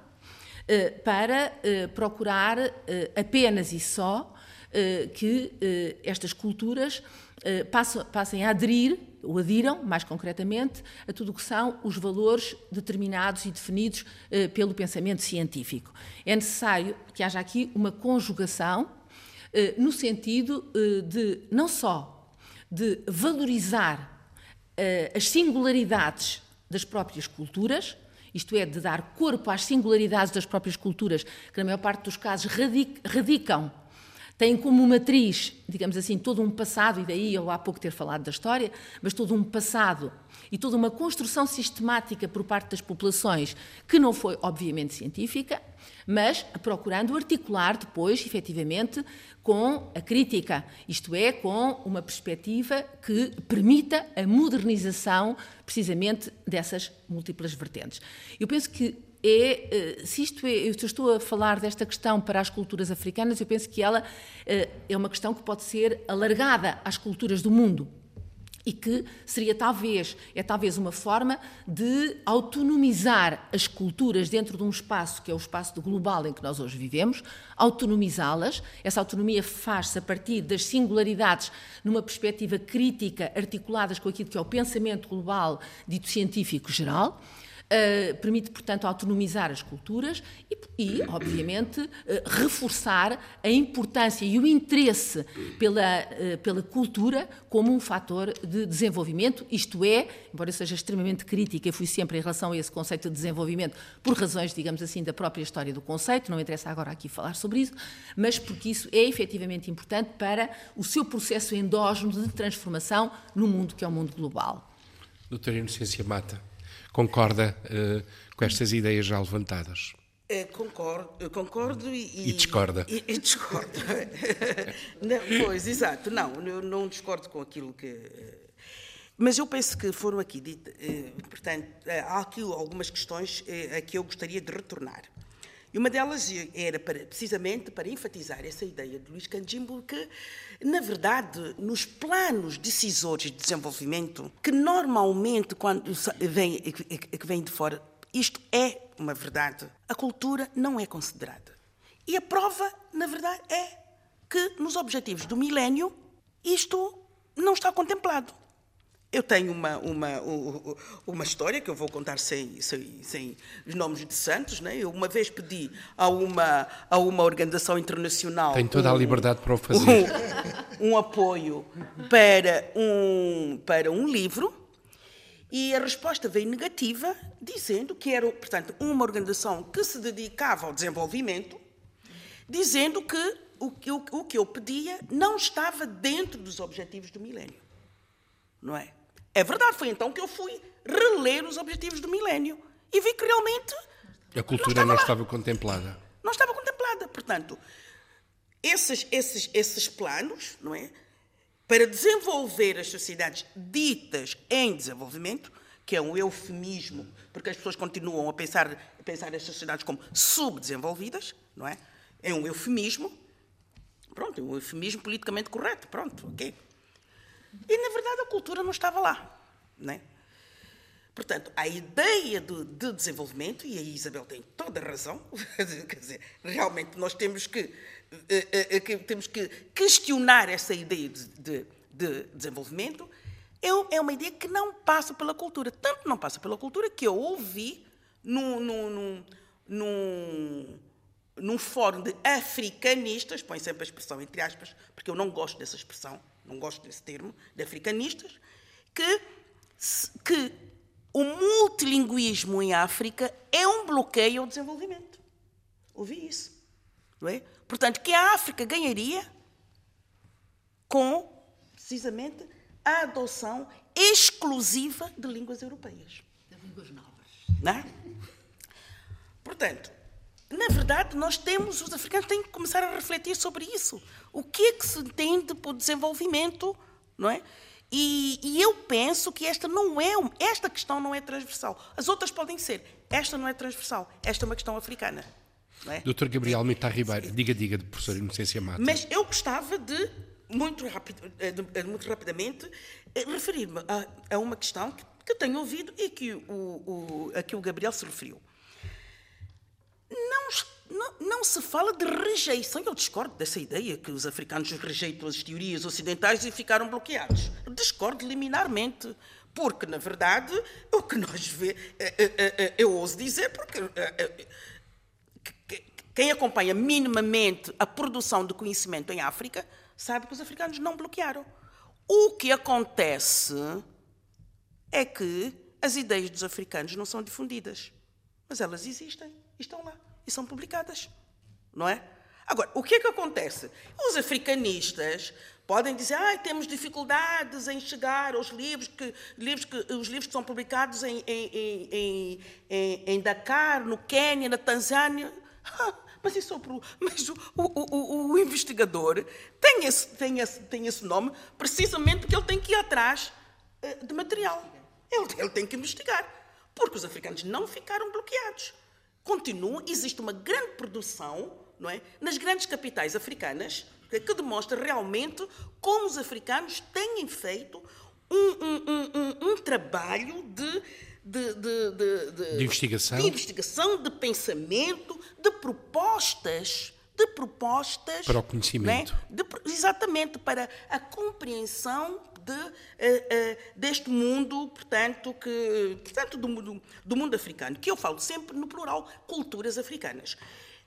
para uh, procurar uh, apenas e só uh, que uh, estas culturas uh, passam, passem a aderir, ou adiram, mais concretamente, a tudo o que são os valores determinados e definidos uh, pelo pensamento científico. É necessário que haja aqui uma conjugação uh, no sentido uh, de, não só de valorizar uh, as singularidades das próprias culturas, isto é, de dar corpo às singularidades das próprias culturas, que na maior parte dos casos radicam, têm como matriz, digamos assim, todo um passado, e daí eu há pouco ter falado da história, mas todo um passado e toda uma construção sistemática por parte das populações, que não foi, obviamente, científica, mas procurando articular depois, efetivamente, com a crítica, isto é, com uma perspectiva que permita a modernização, precisamente, dessas múltiplas vertentes. Eu penso que é, se isto é, eu estou a falar desta questão para as culturas africanas, eu penso que ela é uma questão que pode ser alargada às culturas do mundo. E que seria talvez, é talvez uma forma de autonomizar as culturas dentro de um espaço que é o espaço global em que nós hoje vivemos, autonomizá-las. Essa autonomia faz-se a partir das singularidades numa perspectiva crítica, articuladas com aquilo que é o pensamento global dito científico geral, Uh, permite, portanto, autonomizar as culturas e, e obviamente, uh, reforçar a importância e o interesse pela, uh, pela cultura como um fator de desenvolvimento, isto é, embora eu seja extremamente crítica, eu fui sempre em relação a esse conceito de desenvolvimento, por razões, digamos assim, da própria história do conceito, não interessa agora aqui falar sobre isso, mas porque isso é efetivamente importante para o seu processo endógeno de transformação no mundo que é o mundo global. Doutora Inocência Mata, concorda uh, com estas ideias já levantadas? É, concordo, concordo e, e discorda. E, e discordo. Não, pois, exato. Não, eu não discordo com aquilo que... Mas eu penso que foram aqui ditas... Portanto, há aqui algumas questões a que eu gostaria de retornar. E uma delas era para, precisamente para enfatizar essa ideia de Luís Kandjimbo que, na verdade, nos planos decisores de desenvolvimento, que normalmente, quando vem, que vem de fora, isto é uma verdade, a cultura não é considerada. E a prova, na verdade, é que nos objetivos do milénio isto não está contemplado. Eu tenho uma, uma, uma história que eu vou contar sem, sem, sem os nomes de santos. Né? Eu uma vez pedi a uma, a uma organização internacional... Tenho toda um, a liberdade para o fazer. Um, um apoio para um, para um livro e a resposta veio negativa, dizendo que era, portanto, uma organização que se dedicava ao desenvolvimento, dizendo que o, o, o que eu pedia não estava dentro dos objetivos do milénio. Não é? É verdade, foi então que eu fui reler os objetivos do milénio e vi que realmente a cultura não estava, não estava contemplada. Não estava contemplada. Portanto, esses, esses, esses planos, não é, para desenvolver as sociedades ditas em desenvolvimento, que é um eufemismo, porque as pessoas continuam a pensar, a pensar as sociedades como subdesenvolvidas, não é? É um eufemismo. Pronto, é um eufemismo politicamente correto. Pronto, ok. E, na verdade, a cultura não estava lá. Né? Portanto, a ideia de, de desenvolvimento, e a Isabel tem toda a razão, quer dizer, realmente nós temos que, uh, uh, que, temos que questionar essa ideia de, de, de desenvolvimento, é, é uma ideia que não passa pela cultura. Tanto não passa pela cultura que eu ouvi num, num, num, num, num fórum de africanistas, põe sempre a expressão entre aspas, porque eu não gosto dessa expressão, não gosto desse termo, de africanistas, que, que o multilinguismo em África é um bloqueio ao desenvolvimento. Ouvi isso. Não é? Portanto, que a África ganharia com, precisamente, a adoção exclusiva de línguas europeias. De línguas novas. Não é? Portanto, na verdade, nós temos, os africanos têm que começar a refletir sobre isso. O que é que se entende por desenvolvimento, não é? E, e eu penso que esta, não é, esta questão não é transversal. As outras podem ser. Esta não é transversal. Esta é uma questão africana. Não é? doutor Gabriel Mita Ribeiro, diga, diga, de professor Inocência Mata. Mas eu gostava de, muito, rápido, muito rapidamente, referir-me a, a uma questão que, que eu tenho ouvido e que o, o, a que o Gabriel se referiu. Não, não, não se fala de rejeição. Eu discordo dessa ideia que os africanos rejeitam as teorias ocidentais e ficaram bloqueados. Discordo liminarmente, porque, na verdade, o que nós vê, eu ouso dizer, porque quem acompanha minimamente a produção de conhecimento em África sabe que os africanos não bloquearam. O que acontece é que as ideias dos africanos não são difundidas, mas elas existem. Estão lá e são publicadas, não é? Agora, o que é que acontece? Os africanistas podem dizer ah, temos dificuldades em chegar aos livros que, livros que, os livros que são publicados em, em, em, em, em Dakar, no Quênia, na Tanzânia. Ah, mas isso, mas o, o, o, o investigador tem esse, tem, esse, tem esse nome precisamente porque ele tem que ir atrás de material. Ele, ele tem que investigar, porque os africanos não ficaram bloqueados. Continua, existe uma grande produção, não é, nas grandes capitais africanas que demonstra realmente como os africanos têm feito um, um, um, um, um trabalho de, de, de, de, de, de, investigação. de investigação, de pensamento, de propostas, de propostas para o conhecimento. Não é, de, exatamente, para a compreensão de, uh, uh, deste mundo, portanto, que, portanto do, mundo, do mundo africano, que eu falo sempre no plural, culturas africanas.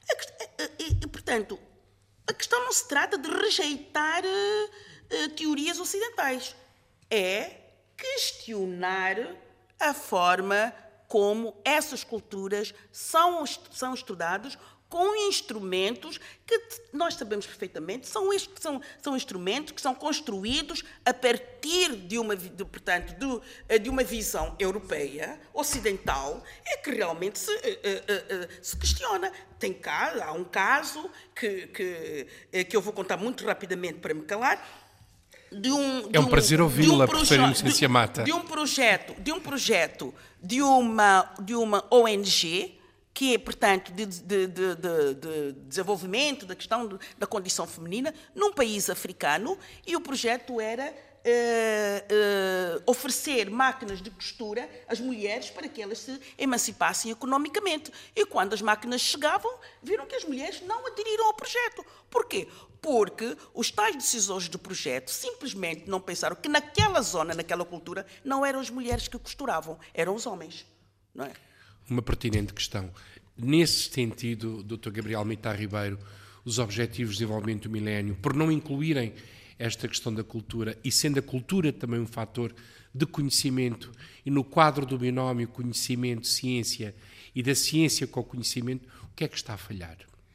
E, portanto, a questão não se trata de rejeitar uh, teorias ocidentais, é questionar a forma como essas culturas são, são estudadas com instrumentos que nós sabemos perfeitamente, são, são, são instrumentos que são construídos a partir de uma, de, portanto, de, de uma visão europeia, ocidental, é que realmente se, uh, uh, uh, se questiona. Tem cá, há um caso que, que, que eu vou contar muito rapidamente para me calar. De um, de é um, um prazer ouvi-la, um professora Inocência Mata. De um projeto, de um projeto de uma, de uma O N G, que é, portanto, de, de, de, de, de desenvolvimento da questão de, da condição feminina num país africano, e o projeto era Uh, uh, oferecer máquinas de costura às mulheres para que elas se emancipassem economicamente. E quando as máquinas chegavam, viram que as mulheres não aderiram ao projeto. Porquê? Porque os tais decisores do projeto simplesmente não pensaram que naquela zona, naquela cultura, não eram as mulheres que costuravam, eram os homens. Não é? Uma pertinente questão. Nesse sentido, doutor Gabriel Mita Ribeiro, os Objetivos de Desenvolvimento do Milénio, por não incluírem esta questão da cultura, e sendo a cultura também um fator de conhecimento, e no quadro do binómio conhecimento-ciência e da ciência com o conhecimento, o que é que está a falhar?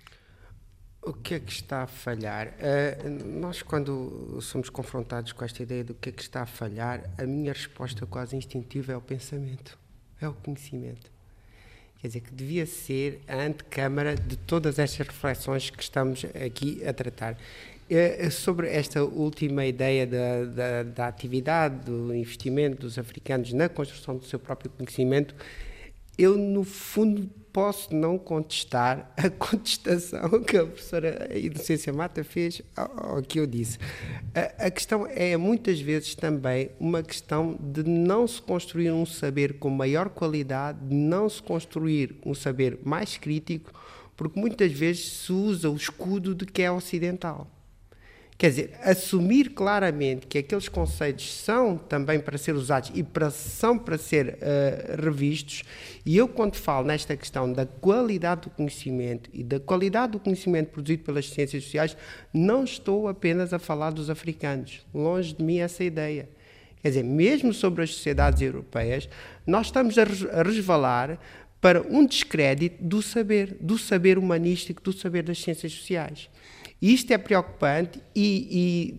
O que é que está a falhar? Uh, nós, quando somos confrontados com esta ideia do que é que está a falhar, a minha resposta quase instintiva é o pensamento, é o conhecimento. Quer dizer, que devia ser a antecâmara de todas estas reflexões que estamos aqui a tratar. Sobre esta última ideia da, da, da atividade, do investimento dos africanos na construção do seu próprio conhecimento, eu, no fundo, posso não contestar a contestação que a professora Inocência Mata fez ao, ao que eu disse. A, a questão é, muitas vezes, também uma questão de não se construir um saber com maior qualidade, de não se construir um saber mais crítico, porque muitas vezes se usa o escudo de que é ocidental. Quer dizer, assumir claramente que aqueles conceitos são também para ser usados e para, são para ser uh, revistos, e eu, quando falo nesta questão da qualidade do conhecimento e da qualidade do conhecimento produzido pelas ciências sociais, não estou apenas a falar dos africanos. Longe de mim essa ideia. Quer dizer, mesmo sobre as sociedades europeias, nós estamos a resvalar para um descrédito do saber, do saber humanístico, do saber das ciências sociais. Isto é preocupante e,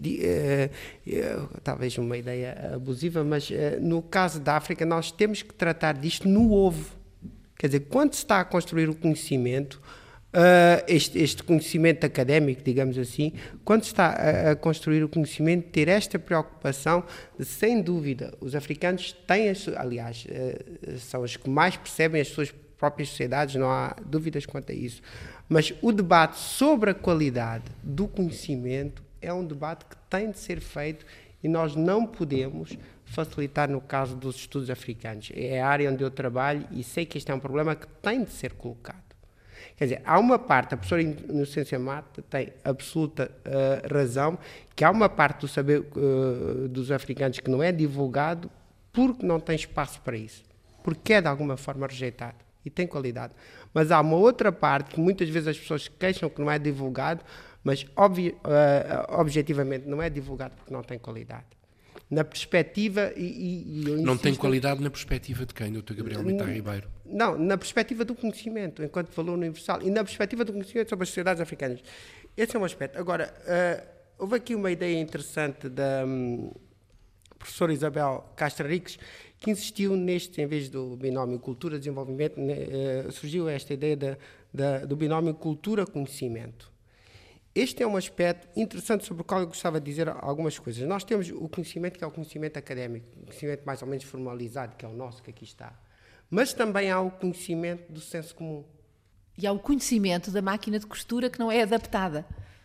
e uh, uh, talvez uma ideia abusiva, mas uh, no caso da África nós temos que tratar disto no ovo. Quer dizer, quando se está a construir o conhecimento, uh, este, este conhecimento académico, digamos assim, quando se está a, a construir o conhecimento, ter esta preocupação, de, sem dúvida, os africanos têm, as, aliás, uh, são os que mais percebem as suas próprias sociedades, não há dúvidas quanto a isso. Mas o debate sobre a qualidade do conhecimento é um debate que tem de ser feito e nós não podemos facilitar no caso dos estudos africanos. É a área onde eu trabalho e sei que este é um problema que tem de ser colocado. Quer dizer, há uma parte, a professora Inocência Mata tem absoluta uh, razão, que há uma parte do saber uh, dos africanos que não é divulgado porque não tem espaço para isso, porque é de alguma forma rejeitado. E tem qualidade. Mas há uma outra parte que muitas vezes as pessoas queixam que não é divulgado, mas obvi, uh, objetivamente não é divulgado porque não tem qualidade. Na perspectiva... E, e, e eu não insisto, tem qualidade na perspectiva de quem, doutor Gabriel Mita Ribeiro? Não, na perspectiva do conhecimento, enquanto valor universal. E na perspectiva do conhecimento sobre as sociedades africanas. Esse é um aspecto. Agora, uh, houve aqui uma ideia interessante da um, professora Isabel Castro Henriques, que insistiu neste, em vez do binómio cultura-desenvolvimento, né, uh, surgiu esta ideia da, da, do binómio cultura-conhecimento. Este é um aspecto interessante sobre o qual eu gostava de dizer algumas coisas. Nós temos o conhecimento, que é o conhecimento académico, o conhecimento mais ou menos formalizado, que é o nosso, que aqui está. Mas também há o conhecimento do senso comum. E há o conhecimento da máquina de costura que não é adaptada.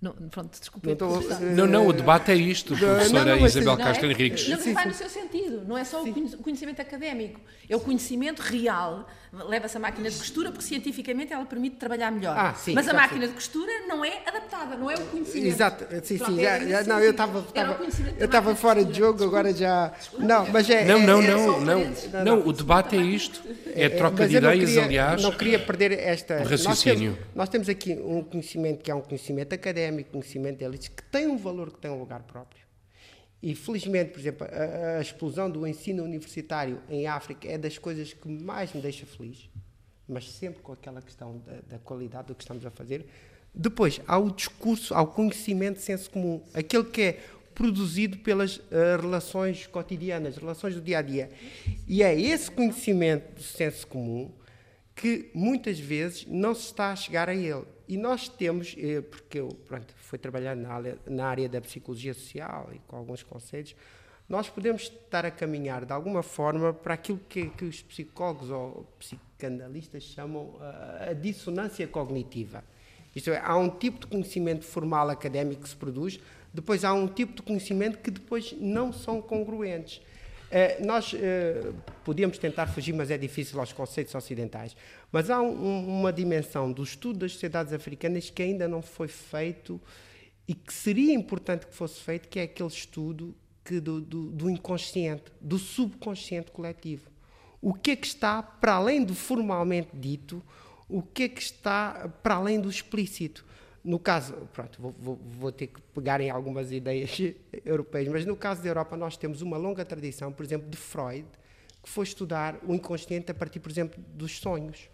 Não, pronto, desculpa. Não, tô, não, não, o debate é isto, professora não, não, Isabel não, Castro é? Henriques. Não, vai no seu sentido, não é só o conhecimento académico, é o conhecimento real. Leva-se a máquina de costura porque cientificamente ela permite trabalhar melhor. Ah, sim, mas a máquina sim. de costura não é adaptada, não é o conhecimento. Exato, sim, Pronto, sim. é Já, já, esse não, eu sentido. estava Era o conhecimento eu da estava máquina fora de de costura. jogo, agora já. Não, mas é. Não, é- não, é- não, não, não, não, o debate é isto, é a troca Mas de eu não ideias, queria- aliás. Não queria perder esta. O raciocínio. Nós temos, nós temos aqui um conhecimento que é um conhecimento académico, conhecimento de elites, que tem um valor, que tem um lugar próprio. E felizmente, por exemplo, a, a explosão do ensino universitário em África é das coisas que mais me deixa feliz, mas sempre com aquela questão da, da qualidade do que estamos a fazer. Depois, há o discurso, há o conhecimento de senso comum, aquele que é produzido pelas uh, relações cotidianas, relações do dia-a-dia. E é esse conhecimento do senso comum que muitas vezes não se está a chegar a ele. E nós temos, eh, porque eu pronto, fui trabalhar na área, na área da psicologia social e com alguns conceitos, nós podemos estar a caminhar de alguma forma para aquilo que, que os psicólogos ou psicanalistas chamam a, a dissonância cognitiva. Isto é, há um tipo de conhecimento formal académico que se produz, depois há um tipo de conhecimento que depois não são congruentes. Uh, nós uh, podíamos tentar fugir, mas é difícil aos conceitos ocidentais. Mas há um, uma dimensão do estudo das sociedades africanas que ainda não foi feito e que seria importante que fosse feito, que é aquele estudo que do, do, do inconsciente, do subconsciente coletivo. O que é que está para além do formalmente dito, o que é que está para além do explícito. No caso, pronto, vou, vou, vou ter que pegar em algumas ideias europeias, mas no caso da Europa nós temos uma longa tradição, por exemplo, de Freud, que foi estudar o inconsciente a partir, por exemplo, dos sonhos.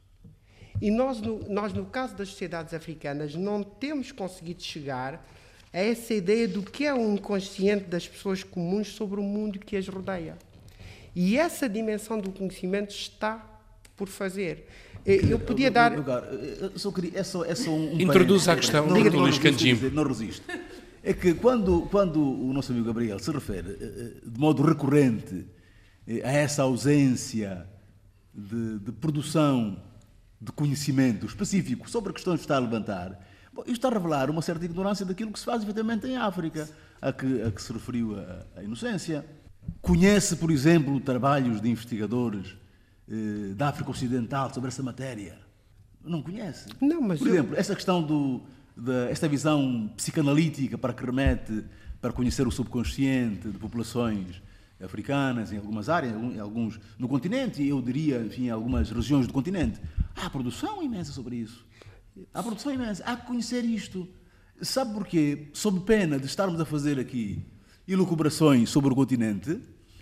E nós no, nós, no caso das sociedades africanas, não temos conseguido chegar a essa ideia do que é o inconsciente das pessoas comuns sobre o mundo que as rodeia. E essa dimensão do conhecimento está por fazer. Eu podia dar... Eu, eu, eu só queria, é só, é só um... Introduz a questão, não, doutor não, Luís Candim. Não resisto. É que quando, quando o nosso amigo Gabriel se refere de modo recorrente a essa ausência de, de produção de conhecimento específico sobre a questão que está a levantar, bom, isto está a revelar uma certa ignorância daquilo que se faz efetivamente em África, a que, a que se referiu a, a Inocência. Conhece, por exemplo, trabalhos de investigadores da África Ocidental sobre essa matéria? Não conhece? Não, mas Por eu... exemplo, esta questão do, da, esta visão psicanalítica para que remete para conhecer o subconsciente de populações africanas em algumas áreas, em alguns no continente, e eu diria, enfim, em algumas regiões do continente. Há produção imensa sobre isso. Há produção imensa. Há que conhecer isto. Sabe porquê? Sob pena de estarmos a fazer aqui elucubrações sobre o continente,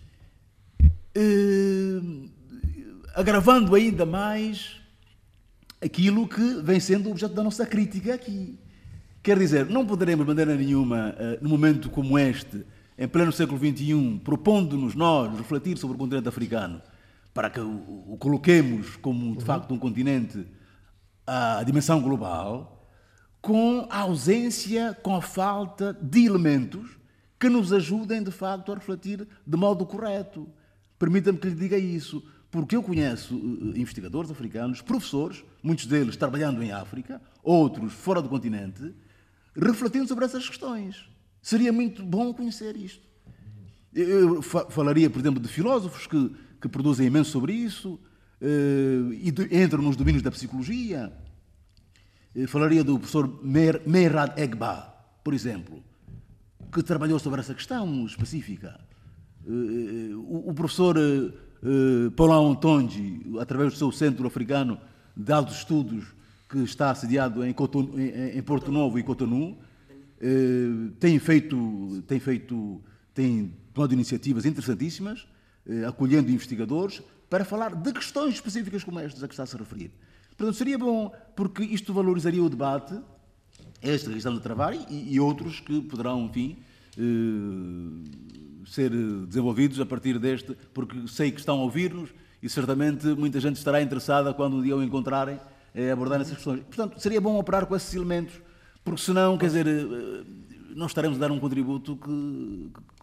eh, agravando ainda mais aquilo que vem sendo o objeto da nossa crítica aqui. Quer dizer, não poderemos, de maneira nenhuma, num momento como este, em pleno século vinte e um, propondo-nos nós refletir sobre o continente africano, para que o, o coloquemos como, de facto, um continente à dimensão global, com a ausência, com a falta de elementos que nos ajudem, de facto, a refletir de modo correto. Permita-me que lhe diga isso. Porque eu conheço uh, investigadores africanos, professores, muitos deles trabalhando em África, outros fora do continente, refletindo sobre essas questões. Seria muito bom conhecer isto. Eu fa- falaria, por exemplo, de filósofos que, que produzem imenso sobre isso, uh, e de, entram nos domínios da psicologia. Eu falaria do professor Mer, Mehrad Egba, por exemplo, que trabalhou sobre essa questão específica. Uh, o, o professor... Uh, Uh, Paulão Ontonji, através do seu Centro Africano de Altos Estudos, que está sediado em, Cotonou, em, em Porto Novo e Cotonou, uh, tem feito, tem feito, tem tomado iniciativas interessantíssimas, uh, acolhendo investigadores, para falar de questões específicas como estas a que está-se a referir. Portanto, seria bom, porque isto valorizaria o debate, esta questão de trabalho e, e outros que poderão, enfim, uh, ser desenvolvidos a partir deste, porque sei que estão a ouvir-nos e certamente muita gente estará interessada quando um dia o encontrarem a abordar essas questões. Portanto, seria bom operar com esses elementos, porque senão, quer dizer, não estaremos a dar um contributo que,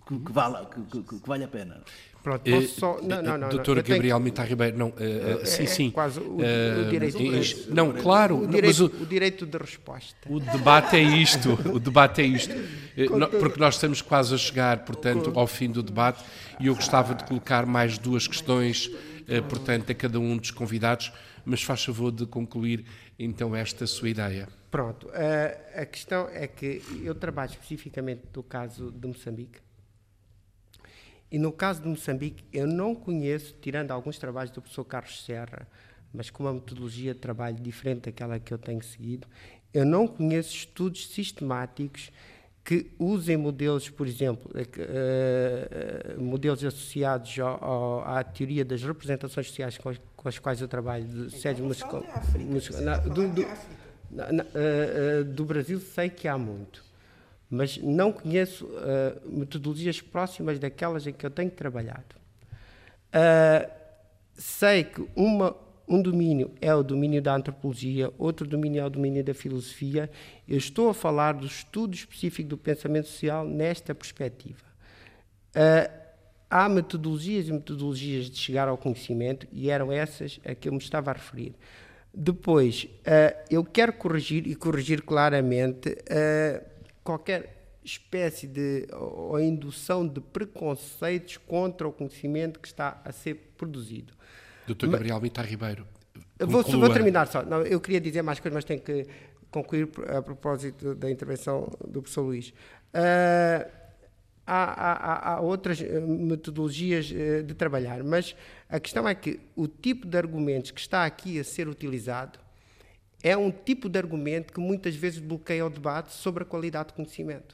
que, que, vale, que, que, que vale a pena. Pronto, posso só... Não, não, não. Doutor não, Gabriel tenho... Mitar Ribeiro, não, uh, uh, sim, é, sim. É quase o, uh, o direito... Uh, não, claro. O não, direito, mas o, o direito de resposta. O debate é isto, o debate é isto. Porque nós estamos quase a chegar, portanto, ao fim do debate e eu gostava de colocar mais duas questões, uh, portanto, a cada um dos convidados, mas faz favor de concluir, então, esta sua ideia. Pronto. Uh, a questão é que eu trabalho especificamente no caso de Moçambique. E no caso de Moçambique, eu não conheço, tirando alguns trabalhos do professor Carlos Serra, mas com uma metodologia de trabalho diferente daquela que eu tenho seguido, eu não conheço estudos sistemáticos que usem modelos, por exemplo, uh, uh, modelos associados ao, ao, à teoria das representações sociais com as, com as quais eu trabalho, de Sérgio Musical, do, do, na, na, uh, uh, do Brasil sei que há muito. Mas não conheço uh, metodologias próximas daquelas em que eu tenho trabalhado. Uh, sei que uma, um domínio é o domínio da antropologia, outro domínio é o domínio da filosofia. Eu estou a falar do estudo específico do pensamento social nesta perspectiva. Uh, há metodologias e metodologias de chegar ao conhecimento e eram essas a que eu me estava a referir. Depois, uh, eu quero corrigir, e corrigir claramente... Uh, qualquer espécie de ou indução de preconceitos contra o conhecimento que está a ser produzido. doutor Gabriel Mitar Ribeiro, vou, vou terminar só. Não, eu queria dizer mais coisas, mas tenho que concluir a propósito da intervenção do professor Luís. Uh, há, há, há outras metodologias de trabalhar, mas a questão é que o tipo de argumentos que está aqui a ser utilizado é um tipo de argumento que muitas vezes bloqueia o debate sobre a qualidade do conhecimento.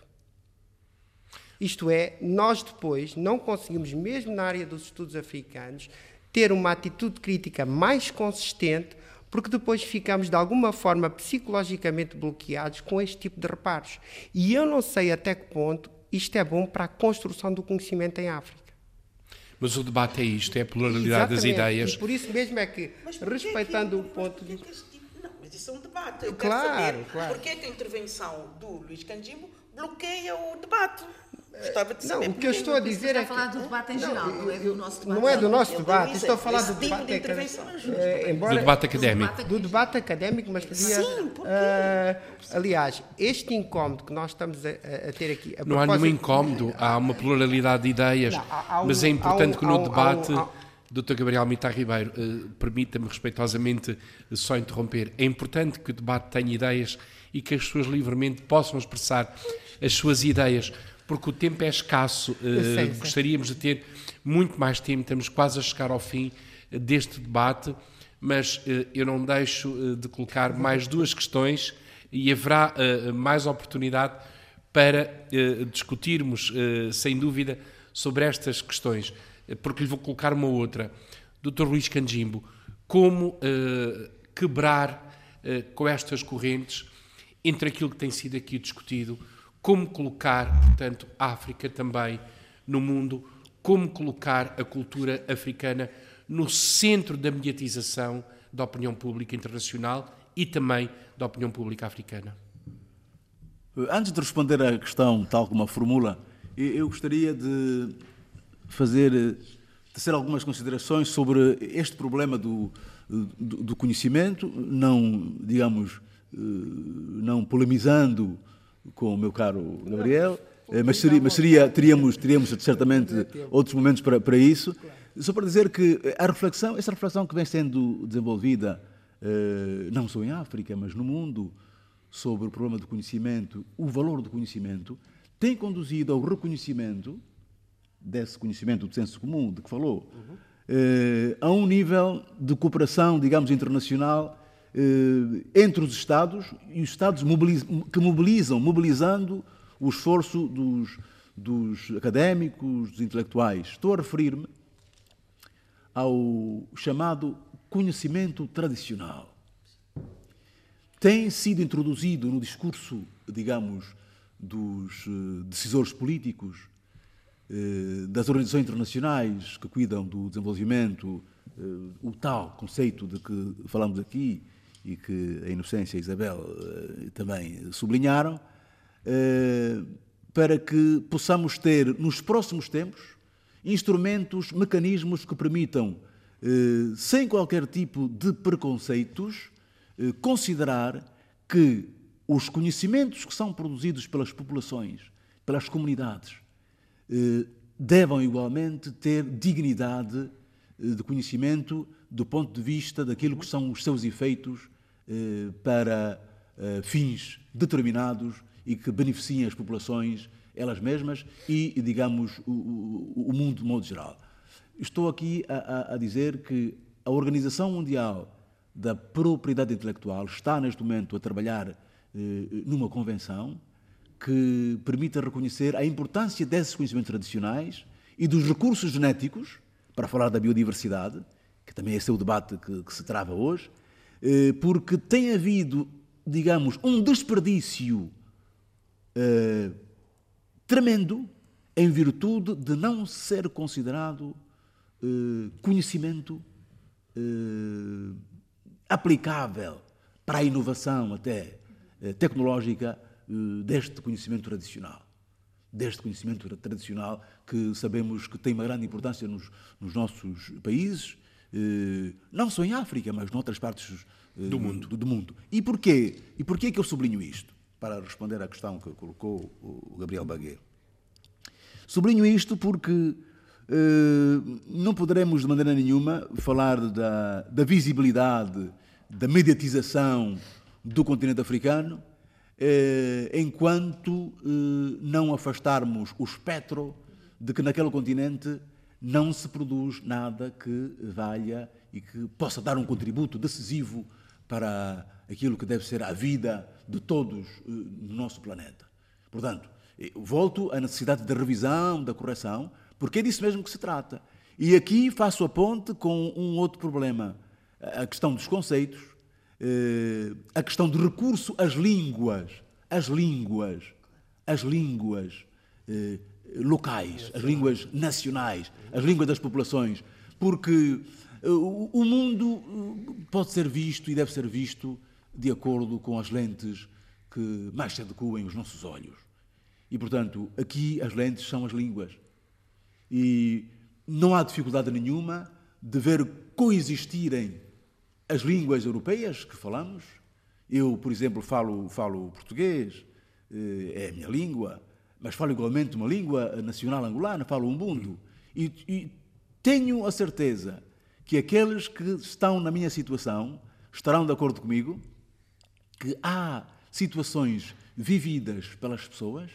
Isto é, nós depois não conseguimos, mesmo na área dos estudos africanos, ter uma atitude crítica mais consistente, porque depois ficamos, de alguma forma, psicologicamente bloqueados com este tipo de reparos. E eu não sei até que ponto isto é bom para a construção do conhecimento em África. Mas o debate é isto, é a pluralidade das ideias. E por isso mesmo é que, respeitando o ponto de... Mas isso é um debate. Eu claro, quero saber claro. Por que a intervenção do Luís Candimbo bloqueia o debate. Gostava de saber. Não, o que eu estou a dizer é que... falar do debate em geral, não, não é do nosso debate. Não é do nosso Eu debate, dizer, estou a falar do tipo debate... de intervenção. É, embora, do debate académico. Do debate académico, mas podia... Sim, por quê? Uh, aliás, este incómodo que nós estamos a, a ter aqui... A não há nenhum incómodo, há uma pluralidade de ideias, não, há, há um, mas é importante um, que no um, debate... Um, doutor Gabriel Mitar Ribeiro, uh, permita-me respeitosamente uh, só interromper. É importante que o debate tenha ideias e que as pessoas livremente possam expressar as suas ideias, porque o tempo é escasso. Uh, sei, gostaríamos sei. de ter muito mais tempo, estamos quase a chegar ao fim uh, deste debate, mas uh, eu não deixo uh, de colocar mais duas questões e haverá uh, mais oportunidade para uh, discutirmos, uh, sem dúvida, sobre estas questões. Porque lhe vou colocar uma outra. doutor Luís Candimbo, como uh, quebrar uh, com estas correntes entre aquilo que tem sido aqui discutido, como colocar, portanto, a África também no mundo, como colocar a cultura africana no centro da mediatização da opinião pública internacional e também da opinião pública africana? Antes de responder à questão tal como a formula, eu gostaria de fazer, tecer algumas considerações sobre este problema do, do, do conhecimento, não, digamos, não polemizando com o meu caro Gabriel, mas, seria, mas seria, teríamos, teríamos certamente outros momentos para, para isso, só para dizer que a reflexão, essa reflexão que vem sendo desenvolvida, não só em África, mas no mundo, sobre o problema do conhecimento, o valor do conhecimento, tem conduzido ao reconhecimento desse conhecimento do senso comum de que falou, uhum. eh, a um nível de cooperação, digamos, internacional eh, entre os Estados e os Estados mobiliz- que mobilizam, mobilizando o esforço dos, dos académicos, dos intelectuais. Estou a referir-me ao chamado conhecimento tradicional. Tem sido introduzido no discurso, digamos, dos uh, decisores políticos, das organizações internacionais que cuidam do desenvolvimento, o tal conceito de que falamos aqui e que a Inocência e a Isabel também sublinharam, para que possamos ter, nos próximos tempos, instrumentos, mecanismos que permitam, eh, sem qualquer tipo de preconceitos, eh, considerar que os conhecimentos que são produzidos pelas populações, pelas comunidades, eh, devem igualmente ter dignidade eh, de conhecimento do ponto de vista daquilo que são os seus efeitos eh, para eh, fins determinados e que beneficiem as populações, elas mesmas e, digamos, o, o, o mundo de modo geral. Estou aqui a, a dizer que a Organização Mundial da Propriedade Intelectual está, neste momento, a trabalhar eh, numa convenção que permita reconhecer a importância desses conhecimentos tradicionais e dos recursos genéticos, para falar da biodiversidade, que também esse é o debate que, que se trava hoje, eh, porque tem havido, digamos, um desperdício eh, tremendo em virtude de não ser considerado eh, conhecimento eh, aplicável para a inovação até eh, tecnológica eh, deste conhecimento tradicional. Deste conhecimento tradicional que sabemos que tem uma grande importância nos, nos nossos países, eh, não só em África, mas noutras partes eh, do, mundo. Do, do mundo. E porquê? E porquê que eu sublinho isto? Para responder à questão que colocou o Gabriel Bagué. Sublinho isto porque eh, não poderemos de maneira nenhuma falar da, da visibilidade, da mediatização do continente africano eh, enquanto eh, não afastarmos o espectro de que naquele continente não se produz nada que valha e que possa dar um contributo decisivo para aquilo que deve ser a vida de todos no nosso planeta. Portanto, volto à necessidade da revisão, da correção, porque é disso mesmo que se trata. E aqui faço a ponte com um outro problema, a questão dos conceitos, a questão do recurso às línguas, às línguas, às línguas locais, as línguas nacionais, as línguas das populações, porque o mundo pode ser visto e deve ser visto de acordo com as lentes que mais se adequem os nossos olhos. E, portanto, aqui as lentes são as línguas. E não há dificuldade nenhuma de ver coexistirem as línguas europeias que falamos. Eu, por exemplo, falo, falo português, é a minha língua, mas falo igualmente uma língua nacional angolana, falo umbundo. E, e tenho a certeza que aqueles que estão na minha situação estarão de acordo comigo que há situações vividas pelas pessoas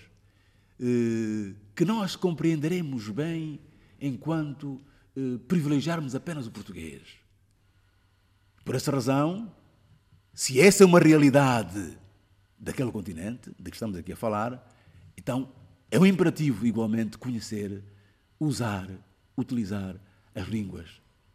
eh, que nós compreenderemos bem enquanto eh, privilegiarmos apenas o português. Por essa razão, se essa é uma realidade daquele continente de que estamos aqui a falar, então é um imperativo igualmente conhecer, usar, utilizar as línguas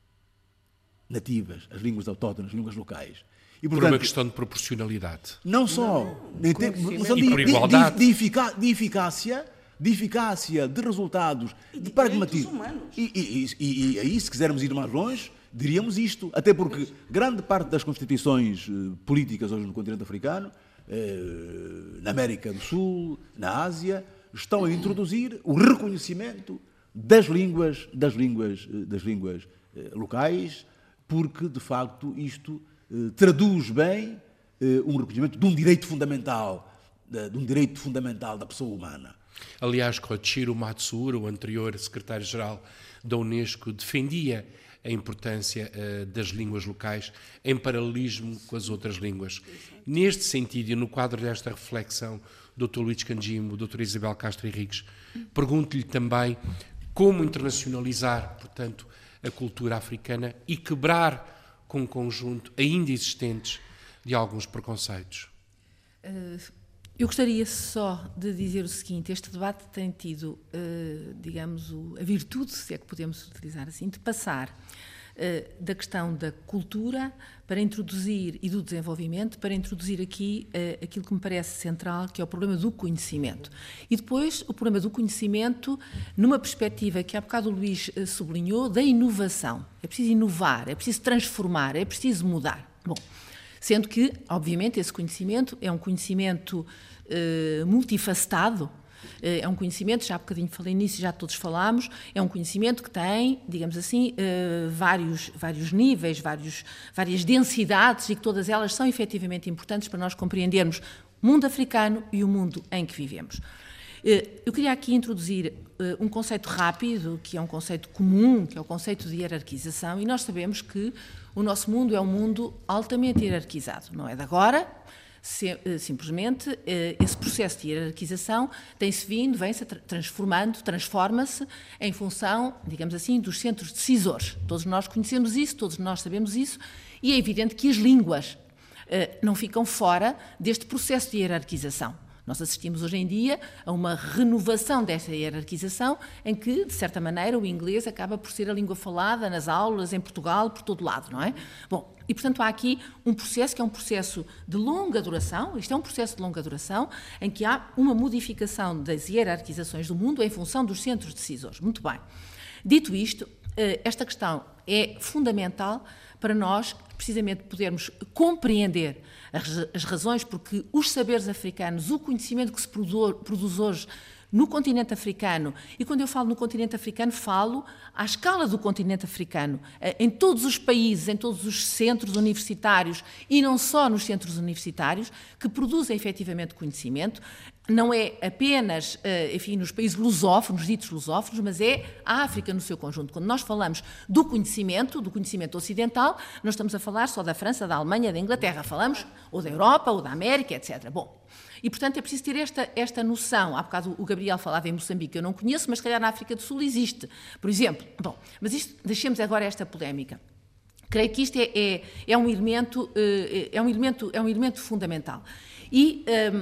nativas, as línguas autóctonas, as línguas locais. E, portanto, por uma questão de proporcionalidade. Não só, não, nem tem, e de, por igualdade. De, de, efica, de eficácia, de eficácia, de resultados, e de, de pragmatismo. E, e, e, e aí, se quisermos ir mais longe, diríamos isto. Até porque grande parte das constituições eh, políticas hoje no continente africano, eh, na América do Sul, na Ásia, estão a introduzir o reconhecimento das línguas, das línguas, das línguas eh, locais, porque, de facto, isto eh, traduz bem eh, um reconhecimento de um direito fundamental, de, de um direito fundamental da pessoa humana. Aliás, Koichiro Matsuura, o anterior secretário-geral da Unesco, defendia a importância uh, das línguas locais em paralelismo com as outras línguas. Neste sentido, e no quadro desta reflexão, doutor Luís Canjimo, doutora Isabel Castro Henriques, pergunto-lhe também como internacionalizar, portanto, a cultura africana e quebrar com um conjunto ainda existentes de alguns preconceitos. Eu gostaria só de dizer o seguinte: este debate tem tido, digamos, a virtude, se é que podemos utilizar assim, de passar da questão da cultura para introduzir e do desenvolvimento, para introduzir aqui uh, aquilo que me parece central, que é o problema do conhecimento. E depois o problema do conhecimento numa perspectiva que há bocado o Luís uh, sublinhou, da inovação. É preciso inovar, é preciso transformar, é preciso mudar. Bom, sendo que, obviamente, esse conhecimento é um conhecimento uh, multifacetado, É um conhecimento, já há bocadinho falei nisso e já todos falámos, é um conhecimento que tem, digamos assim, vários, vários níveis, vários, várias densidades e que todas elas são efetivamente importantes para nós compreendermos o mundo africano e o mundo em que vivemos. Eu queria aqui introduzir um conceito rápido, que é um conceito comum, que é o conceito de hierarquização, e nós sabemos que o nosso mundo é um mundo altamente hierarquizado, não é de agora. Simplesmente, esse processo de hierarquização tem-se vindo, vem-se transformando, transforma-se em função, digamos assim, dos centros decisores. Todos nós conhecemos isso, todos nós sabemos isso, e é evidente que as línguas não ficam fora deste processo de hierarquização. Nós assistimos hoje em dia a uma renovação desta hierarquização em que, de certa maneira, o inglês acaba por ser a língua falada nas aulas, em Portugal, por todo lado, não é? Bom, e, portanto, há aqui um processo que é um processo de longa duração, isto é um processo de longa duração, em que há uma modificação das hierarquizações do mundo em função dos centros decisores. Muito bem. Dito isto, esta questão é fundamental para nós, precisamente, podermos compreender as razões porque os saberes africanos, o conhecimento que se produz hoje no continente africano, e quando eu falo no continente africano, falo à escala do continente africano, em todos os países, em todos os centros universitários, e não só nos centros universitários, que produzem efetivamente conhecimento, não é apenas, enfim, nos países lusófonos, ditos lusófonos, mas é a África no seu conjunto. Quando nós falamos do conhecimento, do conhecimento ocidental, não estamos a falar só da França, da Alemanha, da Inglaterra, falamos ou da Europa, ou da América, etcétera. Bom, e, portanto, é preciso ter esta, esta noção. Há bocado o Gabriel falava em Moçambique, que eu não conheço, mas se calhar na África do Sul existe, por exemplo. Bom, mas isto, deixemos agora esta polémica. Creio que isto é, é, é, um elemento, é, um elemento, é um elemento fundamental. E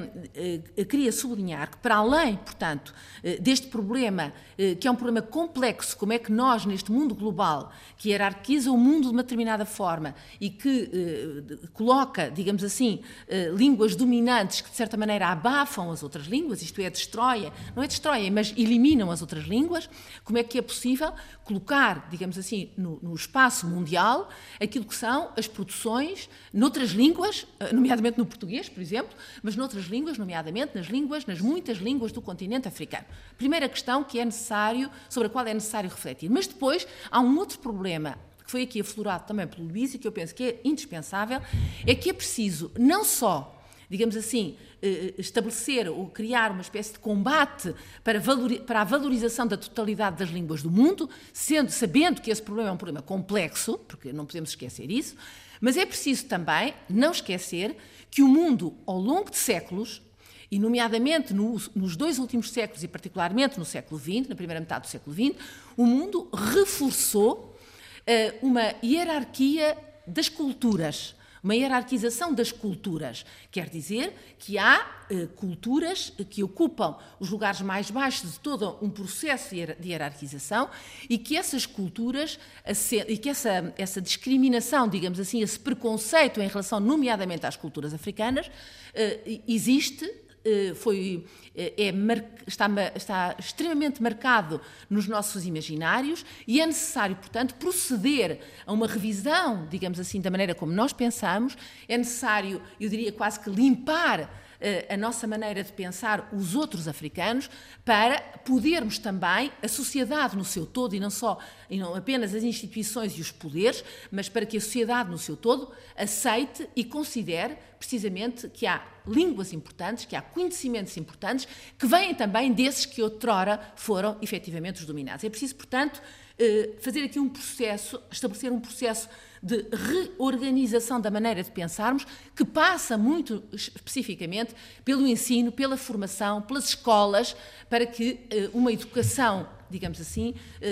um, uh, queria sublinhar que, para além, portanto, uh, deste problema, uh, que é um problema complexo, como é que nós, neste mundo global, que hierarquiza o mundo de uma determinada forma e que uh, coloca, digamos assim, uh, línguas dominantes que, de certa maneira, abafam as outras línguas, isto é, destroem, não é destroem, mas eliminam as outras línguas, como é que é possível colocar, digamos assim, no, no espaço mundial, aquilo que são as produções noutras línguas, nomeadamente no português, por exemplo, mas noutras línguas, nomeadamente nas línguas, nas muitas línguas do continente africano. Primeira questão que é necessário, sobre a qual é necessário refletir. Mas depois há um outro problema, que foi aqui aflorado também pelo Luís e que eu penso que é indispensável, é que é preciso não só, digamos assim, estabelecer ou criar uma espécie de combate para, valori- para a valorização da totalidade das línguas do mundo, sendo, sabendo que esse problema é um problema complexo, porque não podemos esquecer isso, mas é preciso também não esquecer que o mundo, ao longo de séculos, e nomeadamente no, nos dois últimos séculos, e particularmente no século vinte, na primeira metade do século vinte, o mundo reforçou uh, uma hierarquia das culturas, uma hierarquização das culturas. Quer dizer que há uh, culturas que ocupam os lugares mais baixos de todo um processo de hierarquização e que essas culturas, e que essa, essa discriminação, digamos assim, esse preconceito em relação, nomeadamente, às culturas africanas, uh, existe, uh, foi... É, está, está extremamente marcado nos nossos imaginários e é necessário, portanto, proceder a uma revisão, digamos assim, da maneira como nós pensamos, é necessário, eu diria quase que limpar a nossa maneira de pensar os outros africanos para podermos também, a sociedade no seu todo, e não só, e não apenas as instituições e os poderes, mas para que a sociedade no seu todo aceite e considere precisamente que há línguas importantes, que há conhecimentos importantes, que vêm também desses que outrora foram efetivamente os dominados. É preciso, portanto, fazer aqui um processo, estabelecer um processo de reorganização da maneira de pensarmos, que passa muito especificamente pelo ensino, pela formação, pelas escolas, para que uma educação, digamos assim,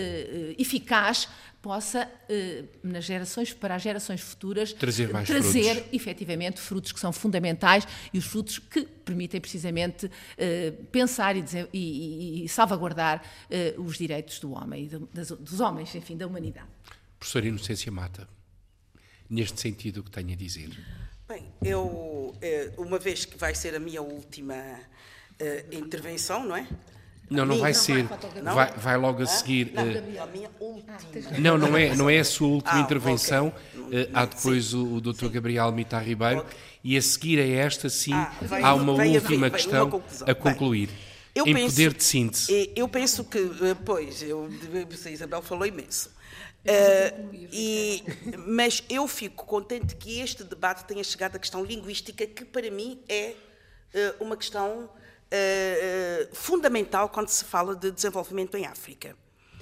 eficaz possa, nas gerações, para as gerações futuras, trazer, mais trazer frutos. efetivamente frutos que são fundamentais e os frutos que permitem precisamente pensar e, e, e salvaguardar os direitos do homem, dos homens, enfim, da humanidade. Professora Inocência Mata, neste sentido, o que tenho a dizer? Bem, eu, uma vez que vai ser a minha última uh, intervenção, não é? Não, não minha, vai não ser. Vai, vai, vai logo a ah? seguir. Não, uh, a minha última. Não, não é, não é a sua última ah, intervenção. Okay. Uh, há depois o, o doutor Gabriel Mita Ribeiro. Okay. E a seguir a esta, sim, ah, vem, há uma vem última a, questão uma a concluir. eu em penso, poder de síntese. Eu penso que, pois, eu, a Isabel falou imenso. Uh, e, mas eu fico contente que este debate tenha chegado à questão linguística, que para mim é uh, uma questão uh, fundamental quando se fala de desenvolvimento em África.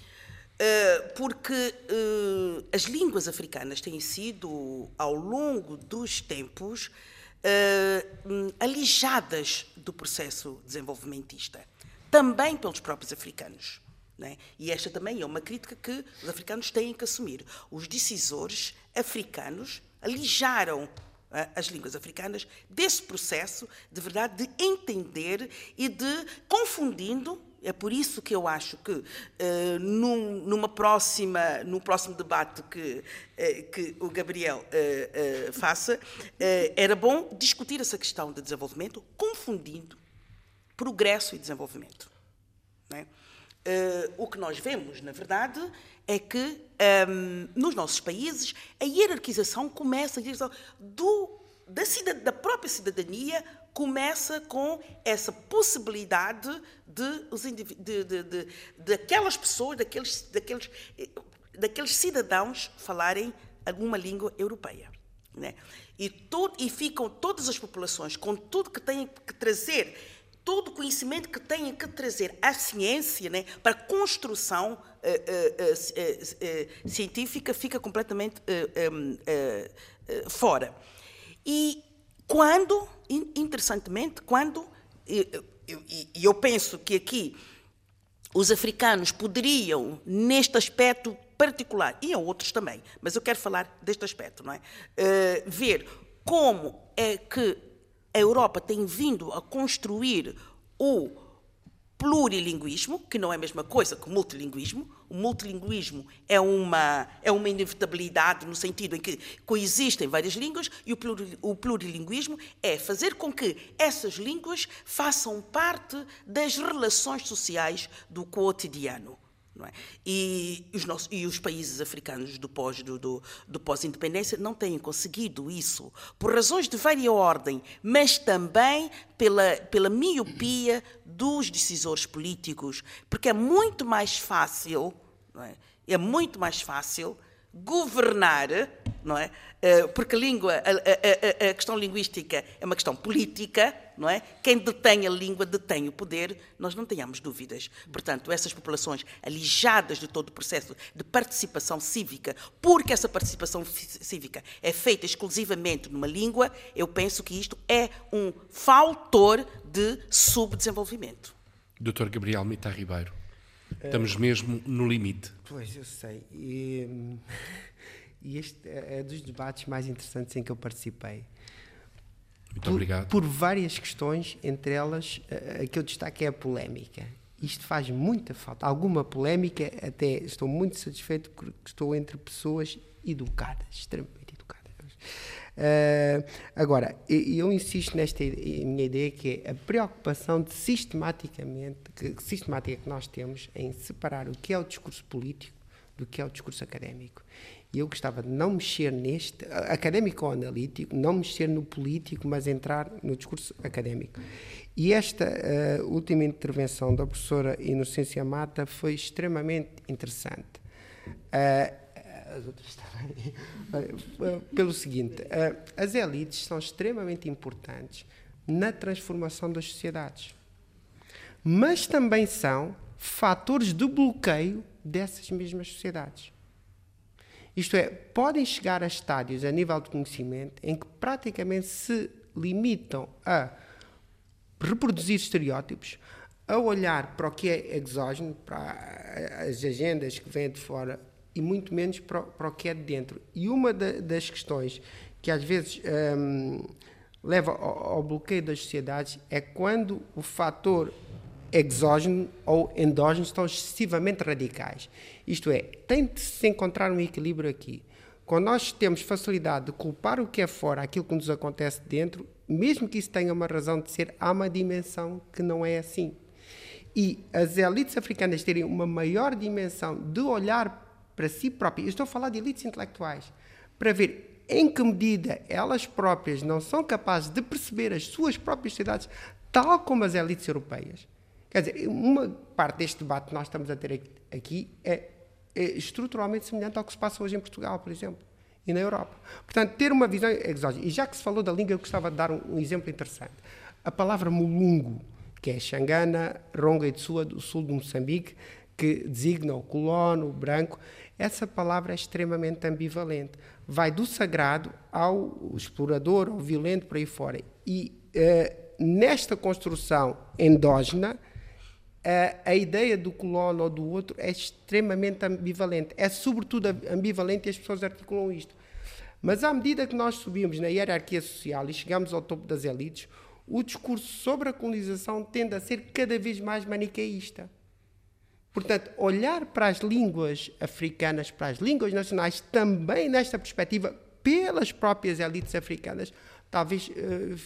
Uh, porque uh, as línguas africanas têm sido, ao longo dos tempos, uh, alijadas do processo desenvolvimentista, também pelos próprios africanos. Né? E esta também é uma crítica que os africanos têm que assumir. Os decisores africanos alijaram uh, as línguas africanas desse processo, de verdade, de entender e de, confundindo. É por isso que eu acho que, uh, num, numa próxima, num próximo debate que, uh, que o Gabriel uh, uh, faça, uh, era bom discutir essa questão de desenvolvimento, confundindo progresso e desenvolvimento. Não é? Uh, o que nós vemos, na verdade, é que, um, nos nossos países, a hierarquização começa, a hierarquização do, da, cidad, da própria cidadania começa com essa possibilidade de, de, de, de, de aquelas pessoas, daqueles, daqueles, daqueles cidadãos falarem alguma língua europeia. Né? E, todo, e ficam todas as populações com tudo que têm que trazer, todo o conhecimento que têm que trazer à ciência, né, para a construção uh, uh, uh, uh, científica, fica completamente uh, um, uh, uh, fora. E quando, interessantemente, quando, e eu, eu penso que aqui os africanos poderiam, neste aspecto particular, e em outros também, mas eu quero falar deste aspecto, não é? Uh, ver como é que a Europa tem vindo a construir o plurilinguismo, que não é a mesma coisa que o multilinguismo. O multilinguismo é uma, é uma inevitabilidade no sentido em que coexistem várias línguas, e o, pluri, o plurilinguismo é fazer com que essas línguas façam parte das relações sociais do cotidiano. Não é? E, os nossos, e os países africanos do, pós, do, do, do pós-independência não têm conseguido isso, por razões de várias ordem, mas também pela, pela miopia dos decisores políticos, porque é muito mais fácil, não é? É muito mais fácil governar, não é? Porque a língua, a, a, a questão linguística é uma questão política, não é? Quem detém a língua detém o poder, nós não tenhamos dúvidas. Portanto, essas populações alijadas de todo o processo de participação cívica, porque essa participação cívica é feita exclusivamente numa língua, eu penso que isto é um fator de subdesenvolvimento. doutor Gabriel Mita Ribeiro, estamos mesmo no limite. Pois, eu sei. E, e este é dos debates mais interessantes em que eu participei. Muito por, obrigado. Por várias questões, entre elas, a que eu destaco é a polémica. Isto faz muita falta. Alguma polémica, até estou muito satisfeito porque estou entre pessoas educadas, extremamente educadas. Uh, agora, eu insisto nesta minha ideia, que é a preocupação de sistematicamente, que, sistemática que nós temos em separar o que é o discurso político do que é o discurso académico. E eu gostava de não mexer neste, académico ou analítico, não mexer no político, mas entrar no discurso académico. E esta uh, última intervenção da professora Inocência Mata foi extremamente interessante. Uh, As outras também. Pelo seguinte, as elites são extremamente importantes na transformação das sociedades, mas também são fatores de bloqueio dessas mesmas sociedades. Isto é, podem chegar a estádios a nível de conhecimento em que praticamente se limitam a reproduzir estereótipos, a olhar para o que é exógeno, para as agendas que vêm de fora, e muito menos para, para o que é de dentro. E uma da, das questões que às vezes um, leva ao, ao bloqueio das sociedades é quando o fator exógeno ou endógeno estão excessivamente radicais. Isto é, tem de se encontrar um equilíbrio aqui. Quando nós temos facilidade de culpar o que é fora, aquilo que nos acontece dentro, mesmo que isso tenha uma razão de ser, há uma dimensão que não é assim. E as elites africanas terem uma maior dimensão de olhar para si próprias, eu estou a falar de elites intelectuais, para ver em que medida elas próprias não são capazes de perceber as suas próprias sociedades, tal como as elites europeias, Quer dizer, uma parte deste debate que nós estamos a ter aqui é, é estruturalmente semelhante ao que se passa hoje em Portugal, por exemplo, e na Europa. Portanto, ter uma visão exógena. E já que se falou da língua, eu gostava de dar um, um exemplo interessante. A palavra mulungu, que é Xangana, Ronga e Tsua, do sul de Moçambique, que designa o colono, o branco, essa palavra é extremamente ambivalente. Vai do sagrado ao explorador, ao violento, por aí fora. E uh, nesta construção endógena, uh, a ideia do colono ou do outro é extremamente ambivalente. É sobretudo ambivalente e as pessoas articulam isto. Mas à medida que nós subimos na hierarquia social e chegamos ao topo das elites, o discurso sobre a colonização tende a ser cada vez mais maniqueísta. Portanto, olhar para as línguas africanas, para as línguas nacionais, também nesta perspectiva, pelas próprias elites africanas, talvez uh,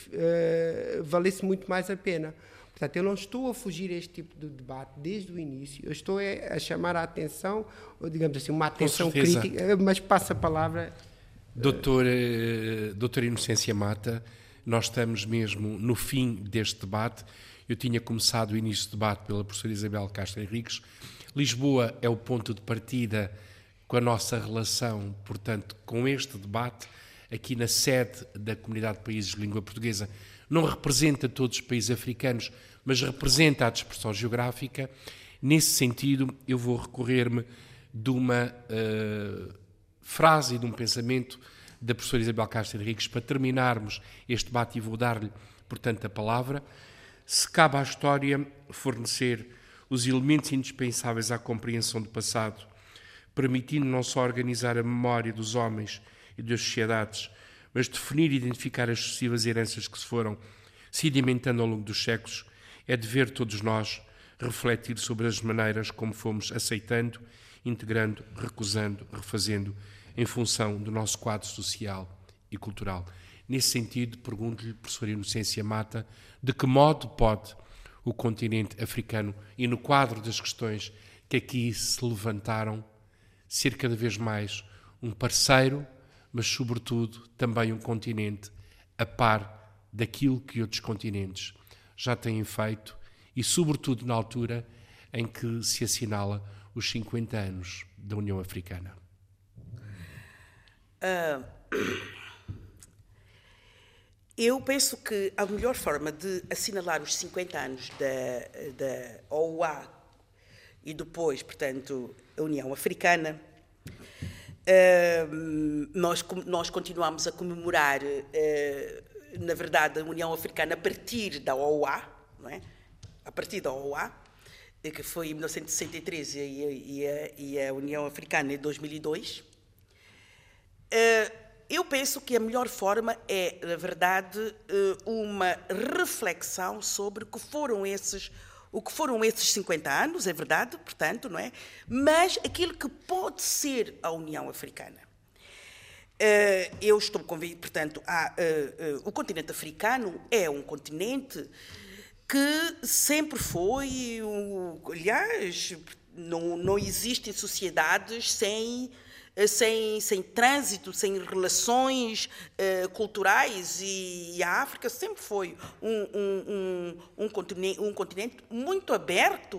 uh, valesse muito mais a pena. Portanto, eu não estou a fugir a este tipo de debate desde o início, eu estou a chamar a atenção, ou digamos assim, uma atenção crítica, mas passo a palavra... Doutor, uh, doutora Inocência Mata, nós estamos mesmo no fim deste debate. Eu tinha começado o início do debate pela professora Isabel Castro Henriques. Lisboa é o ponto de partida com a nossa relação, portanto, com este debate, aqui na sede da Comunidade de Países de Língua Portuguesa. Não representa todos os países africanos, mas representa a dispersão geográfica. Nesse sentido, eu vou recorrer-me de uma uh, frase e de um pensamento da professora Isabel Castro Henriques para terminarmos este debate, e vou dar-lhe, portanto, a palavra. Se cabe à história fornecer os elementos indispensáveis à compreensão do passado, permitindo não só organizar a memória dos homens e das sociedades, mas definir e identificar as sucessivas heranças que se foram sedimentando ao longo dos séculos, é dever de todos nós refletir sobre as maneiras como fomos aceitando, integrando, recusando, refazendo, em função do nosso quadro social e cultural. Nesse sentido, pergunto-lhe, professora Inocência Mata, de que modo pode o continente africano, e no quadro das questões que aqui se levantaram, ser cada vez mais um parceiro, mas, sobretudo, também um continente a par daquilo que outros continentes já têm feito, e, sobretudo, na altura em que se assinala os cinquenta anos da União Africana? Uh... Eu penso que a melhor forma de assinalar os cinquenta anos da, da O U A e depois, portanto, a União Africana, uh, nós, nós continuamos a comemorar, uh, na verdade, a União Africana a partir da O U A, não é? A partir da O U A, que foi em mil novecentos e sessenta e três, e, e, a, e a União Africana em dois mil e dois. Uh, Eu penso que a melhor forma é, na verdade, uma reflexão sobre o que foram esses, o que foram esses cinquenta anos, é verdade, portanto, não é? Mas aquilo que pode ser a União Africana. Eu estou convicto, portanto, a, o continente africano é um continente que sempre foi, aliás, não, não existem sociedades sem... Sem, sem trânsito, sem relações uh, culturais, e, e a África sempre foi um, um, um, um, continente, um continente muito aberto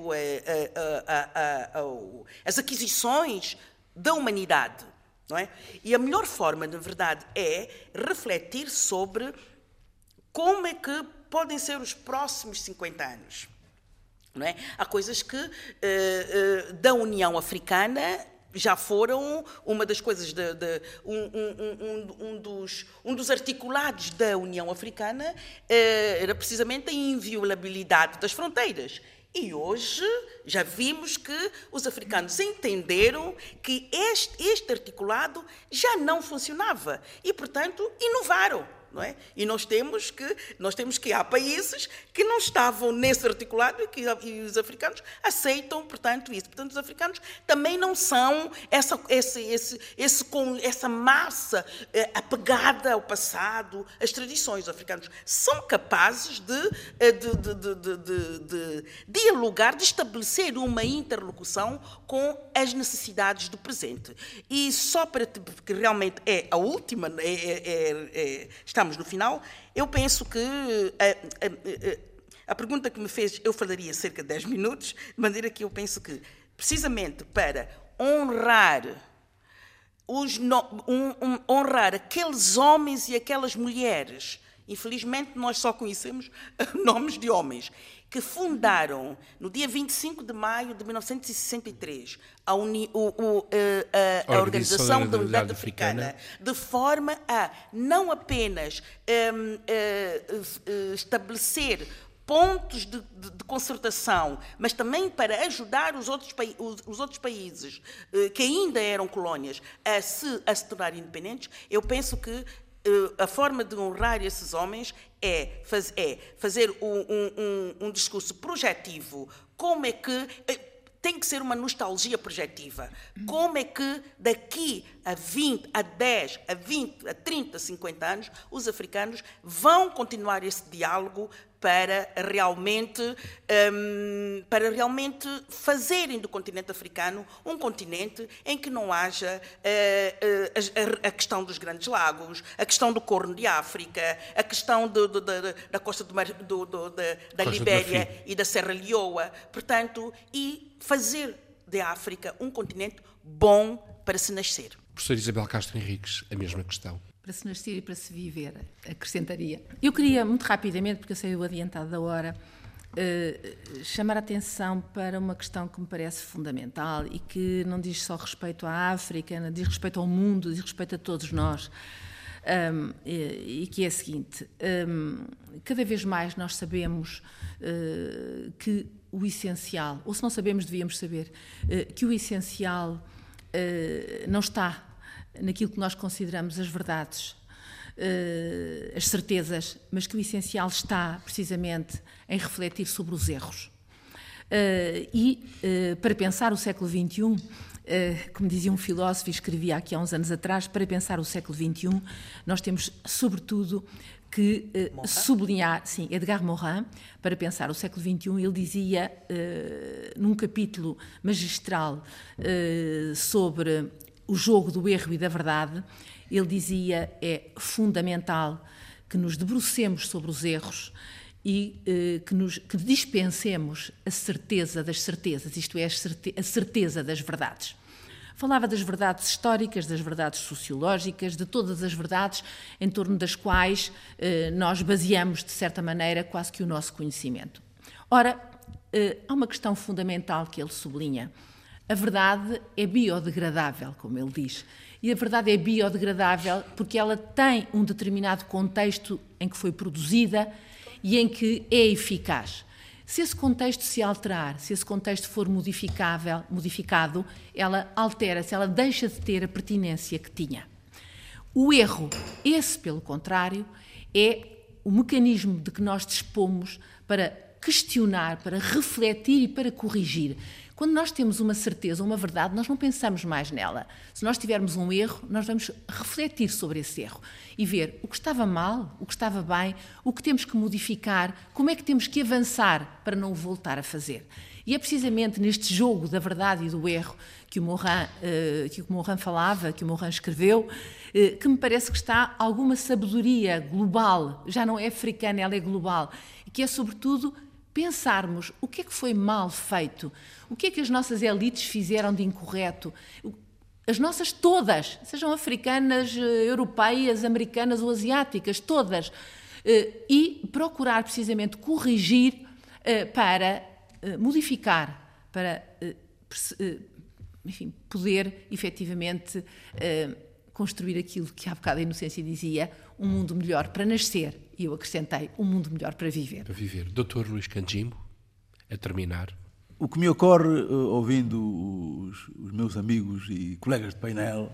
às aquisições da humanidade, não é? E a melhor forma, na verdade, é refletir sobre como é que podem ser os próximos cinquenta anos. Não é? Há coisas que uh, uh, da União Africana já foram uma das coisas, de, de, um, um, um, um, dos, um dos articulados da União Africana eh, era precisamente a inviolabilidade das fronteiras. E hoje já vimos que os africanos entenderam que este, este articulado já não funcionava e, portanto, inovaram. Não é? E nós temos que nós temos que há países que não estavam nesse articulado e que e os africanos aceitam, portanto, isso. Portanto, os africanos também não são essa esse esse esse com essa massa eh, apegada ao passado, às tradições. Os africanos são capazes de de, de, de, de, de, de dialogar, de estabelecer uma interlocução com as necessidades do presente. E só para porque realmente é a última é, é, é, é, estamos no final, eu penso que a, a, a, a pergunta que me fez, eu falaria cerca de dez minutos, de maneira que eu penso que, precisamente para honrar, os no, um, um, honrar aqueles homens e aquelas mulheres, infelizmente nós só conhecemos nomes de homens, que fundaram, no dia vinte e cinco de maio de mil novecentos e sessenta e três, a, uni, o, o, a, a, a Organização da Unidade Africana, de forma a não apenas um, uh, uh, estabelecer pontos de, de, de concertação, mas também para ajudar os outros, os, os outros países uh, que ainda eram colónias a se, a se tornarem independentes. Eu penso que a forma de honrar esses homens é, faz, é fazer um, um, um discurso projetivo. Como é que... Tem que ser uma nostalgia projetiva. Como é que daqui a vinte, a dez, a vinte, a trinta, cinquenta anos, os africanos vão continuar esse diálogo para realmente, um, para realmente fazerem do continente africano um continente em que não haja uh, uh, a, a questão dos grandes lagos, a questão do Corno de África, a questão do, do, da, da costa do, do, do, da, da Libéria e da Serra Leoa, portanto, e fazer da África um continente bom para se nascer. Professora Isabel Castro Henriques, a mesma questão. Para se nascer e para se viver, acrescentaria. Eu queria, muito rapidamente, porque eu sei o adiantado da hora, uh, chamar a atenção para uma questão que me parece fundamental e que não diz só respeito à África, não diz respeito ao mundo, diz respeito a todos nós, um, e, e que é a seguinte: um, cada vez mais nós sabemos uh, que o essencial, ou se não sabemos, devíamos saber, uh, que o essencial uh, não está naquilo que nós consideramos as verdades, as certezas, mas que o essencial está, precisamente, em refletir sobre os erros. E, para pensar o século vinte e um, como dizia um filósofo e escrevia aqui há uns anos atrás, para pensar o século vinte e um, nós temos, sobretudo, que uh, sublinhar, sim, Edgar Morin, para pensar o século vinte e um, ele dizia, uh, num capítulo magistral uh, sobre o jogo do erro e da verdade, ele dizia: é fundamental que nos debrucemos sobre os erros e eh, que, nos, que dispensemos a certeza das certezas, isto é, a, certe, a certeza das verdades. Falava das verdades históricas, das verdades sociológicas, de todas as verdades em torno das quais eh, nós baseamos, de certa maneira, quase que o nosso conhecimento. Ora, eh, há uma questão fundamental que ele sublinha. A verdade é biodegradável, como ele diz. E a verdade é biodegradável porque ela tem um determinado contexto em que foi produzida e em que é eficaz. Se esse contexto se alterar, se esse contexto for modificável, modificado, ela altera-se, ela deixa de ter a pertinência que tinha. O erro, esse, pelo contrário, é o mecanismo de que nós dispomos para questionar, para refletir e para corrigir. Quando nós temos uma certeza, uma verdade, nós não pensamos mais nela. Se nós tivermos um erro, nós vamos refletir sobre esse erro e ver o que estava mal, o que estava bem, o que temos que modificar, como é que temos que avançar para não o voltar a fazer. E é precisamente neste jogo da verdade e do erro que o Morin, uh, que o Morin falava, que o Morin escreveu, uh, que me parece que está alguma sabedoria global, já não é africana, ela é global, e que é sobretudo pensarmos o que é que foi mal feito, o que é que as nossas elites fizeram de incorreto, as nossas todas, sejam africanas, europeias, americanas ou asiáticas, todas, e procurar precisamente corrigir para modificar, para, enfim, poder efetivamente construir aquilo que há bocado a Inocência dizia, um mundo melhor para nascer. E eu acrescentei, um mundo melhor para viver. Para viver. doutor Luís Canjimbo, a terminar. O que me ocorre, ouvindo os, os meus amigos e colegas de painel,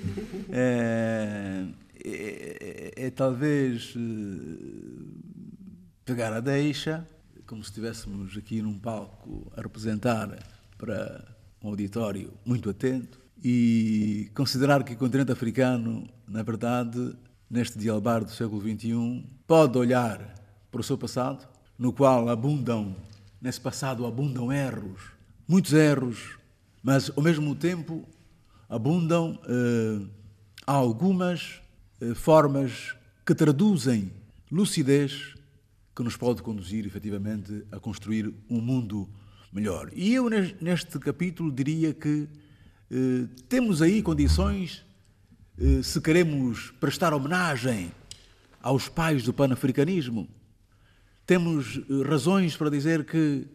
é, é, é, é talvez pegar a deixa, como se estivéssemos aqui num palco a representar para um auditório muito atento, e considerar que o continente africano, na verdade, neste dialbar do século vinte e um, pode olhar para o seu passado, no qual abundam, nesse passado abundam erros, muitos erros, mas ao mesmo tempo abundam eh, algumas eh, formas que traduzem lucidez, que nos pode conduzir, efetivamente, a construir um mundo melhor. E eu, neste capítulo, diria que eh, temos aí condições, eh, se queremos prestar homenagem aos pais do panafricanismo, temos eh, razões para dizer que,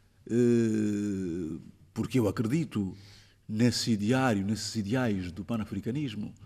eh, porque eu acredito nesse ideário, nesses ideais do panafricanismo,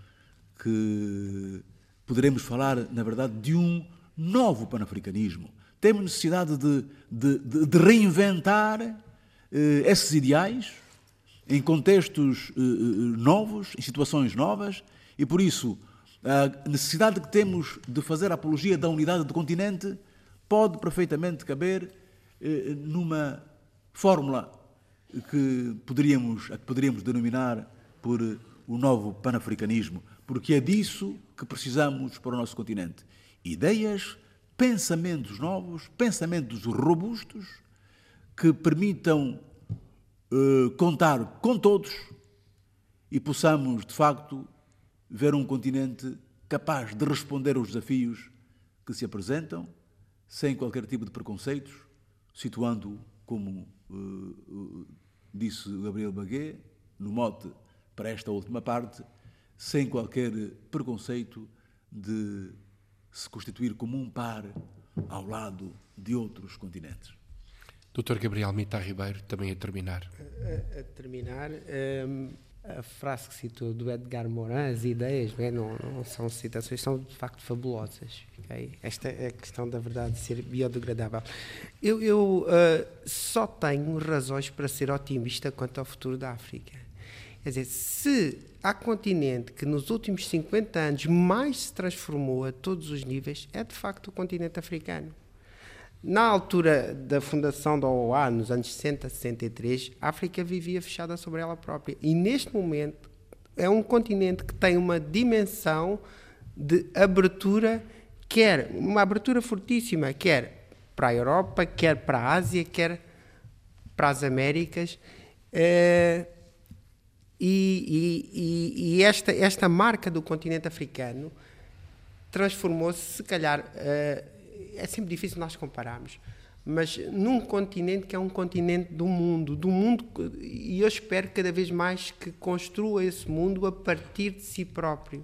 que poderemos falar, na verdade, de um novo panafricanismo. Temos necessidade de, de, de, de reinventar eh, esses ideais em contextos eh, novos, em situações novas, e por isso a necessidade que temos de fazer a apologia da unidade do continente pode perfeitamente caber eh, numa fórmula que poderíamos, a que poderíamos denominar por o novo panafricanismo, porque é disso que precisamos para o nosso continente. Ideias, pensamentos novos, pensamentos robustos, que permitam uh, contar com todos e possamos, de facto, ver um continente capaz de responder aos desafios que se apresentam, sem qualquer tipo de preconceitos, situando, como uh, uh, disse Gabriel Bagué, no mote para esta última parte, sem qualquer preconceito de se constituir como um par ao lado de outros continentes. doutor Gabriel Mita Ribeiro, também a terminar. A, a terminar, um, a frase que citou do Edgar Morin, as ideias, não, é? não, não são citações, são de facto fabulosas. Okay? Esta é a questão da verdade de ser biodegradável. Eu, eu uh, só tenho razões para ser otimista quanto ao futuro da África. Quer dizer, se há continente que nos últimos cinquenta anos mais se transformou a todos os níveis, é de facto o continente africano. Na altura da fundação da O A, nos anos sessenta, sessenta e três, a África vivia fechada sobre ela própria. E neste momento é um continente que tem uma dimensão de abertura, quer uma abertura fortíssima, quer para a Europa, quer para a Ásia, quer para as Américas. É, E, e, e esta, esta marca do continente africano transformou-se, se calhar, uh, é sempre difícil nós compararmos, mas num continente que é um continente do mundo, do mundo, e eu espero cada vez mais que construa esse mundo a partir de si próprio.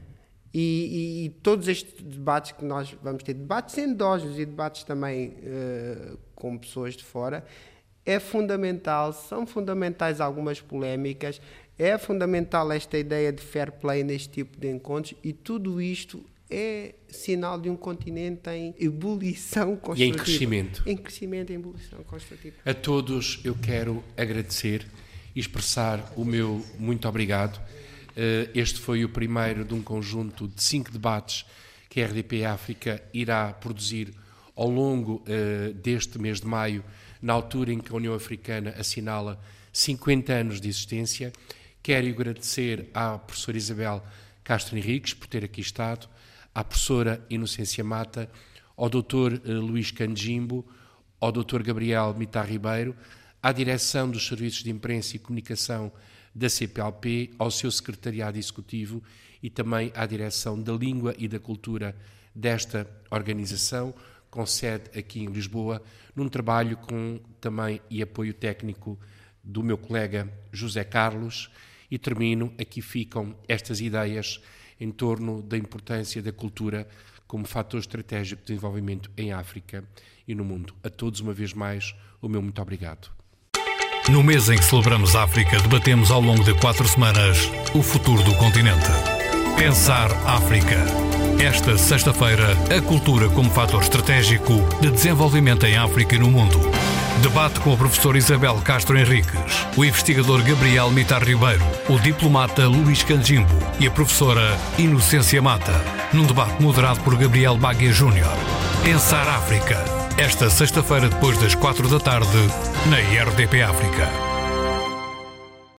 E, e, e todos estes debates que nós vamos ter, debates endógenos e debates também uh, com pessoas de fora, é fundamental, são fundamentais algumas polémicas, é fundamental esta ideia de fair play neste tipo de encontros, e tudo isto é sinal de um continente em ebulição construtiva. E em crescimento. Em crescimento, em ebulição construtiva. A todos eu quero agradecer e expressar o meu muito obrigado. Este foi o primeiro de um conjunto de cinco debates que a R D P África irá produzir ao longo deste mês de maio, na altura em que a União Africana assinala cinquenta anos de existência. Quero agradecer à professora Isabel Castro Henriques por ter aqui estado, à professora Inocência Mata, ao doutor Luís Canjimbo, ao doutor Gabriel Mita Ribeiro, à direção dos Serviços de Imprensa e Comunicação da C P L P, ao seu secretariado executivo e também à direção da Língua e da Cultura desta organização, com sede aqui em Lisboa, num trabalho com também e apoio técnico do meu colega José Carlos. E termino, aqui ficam estas ideias em torno da importância da cultura como fator estratégico de desenvolvimento em África e no mundo. A todos, uma vez mais, o meu muito obrigado. No mês em que celebramos a África, debatemos ao longo de quatro semanas o futuro do continente. Pensar África. Esta sexta-feira, a cultura como fator estratégico de desenvolvimento em África e no mundo. Debate com a professora Isabel Castro Henriques, o investigador Gabriel Mita Ribeiro, o diplomata Luís Canjimbo e a professora Inocência Mata, num debate moderado por Gabriel Bagué Júnior. Pensar África. Esta sexta-feira, depois das quatro da tarde, na R D P África.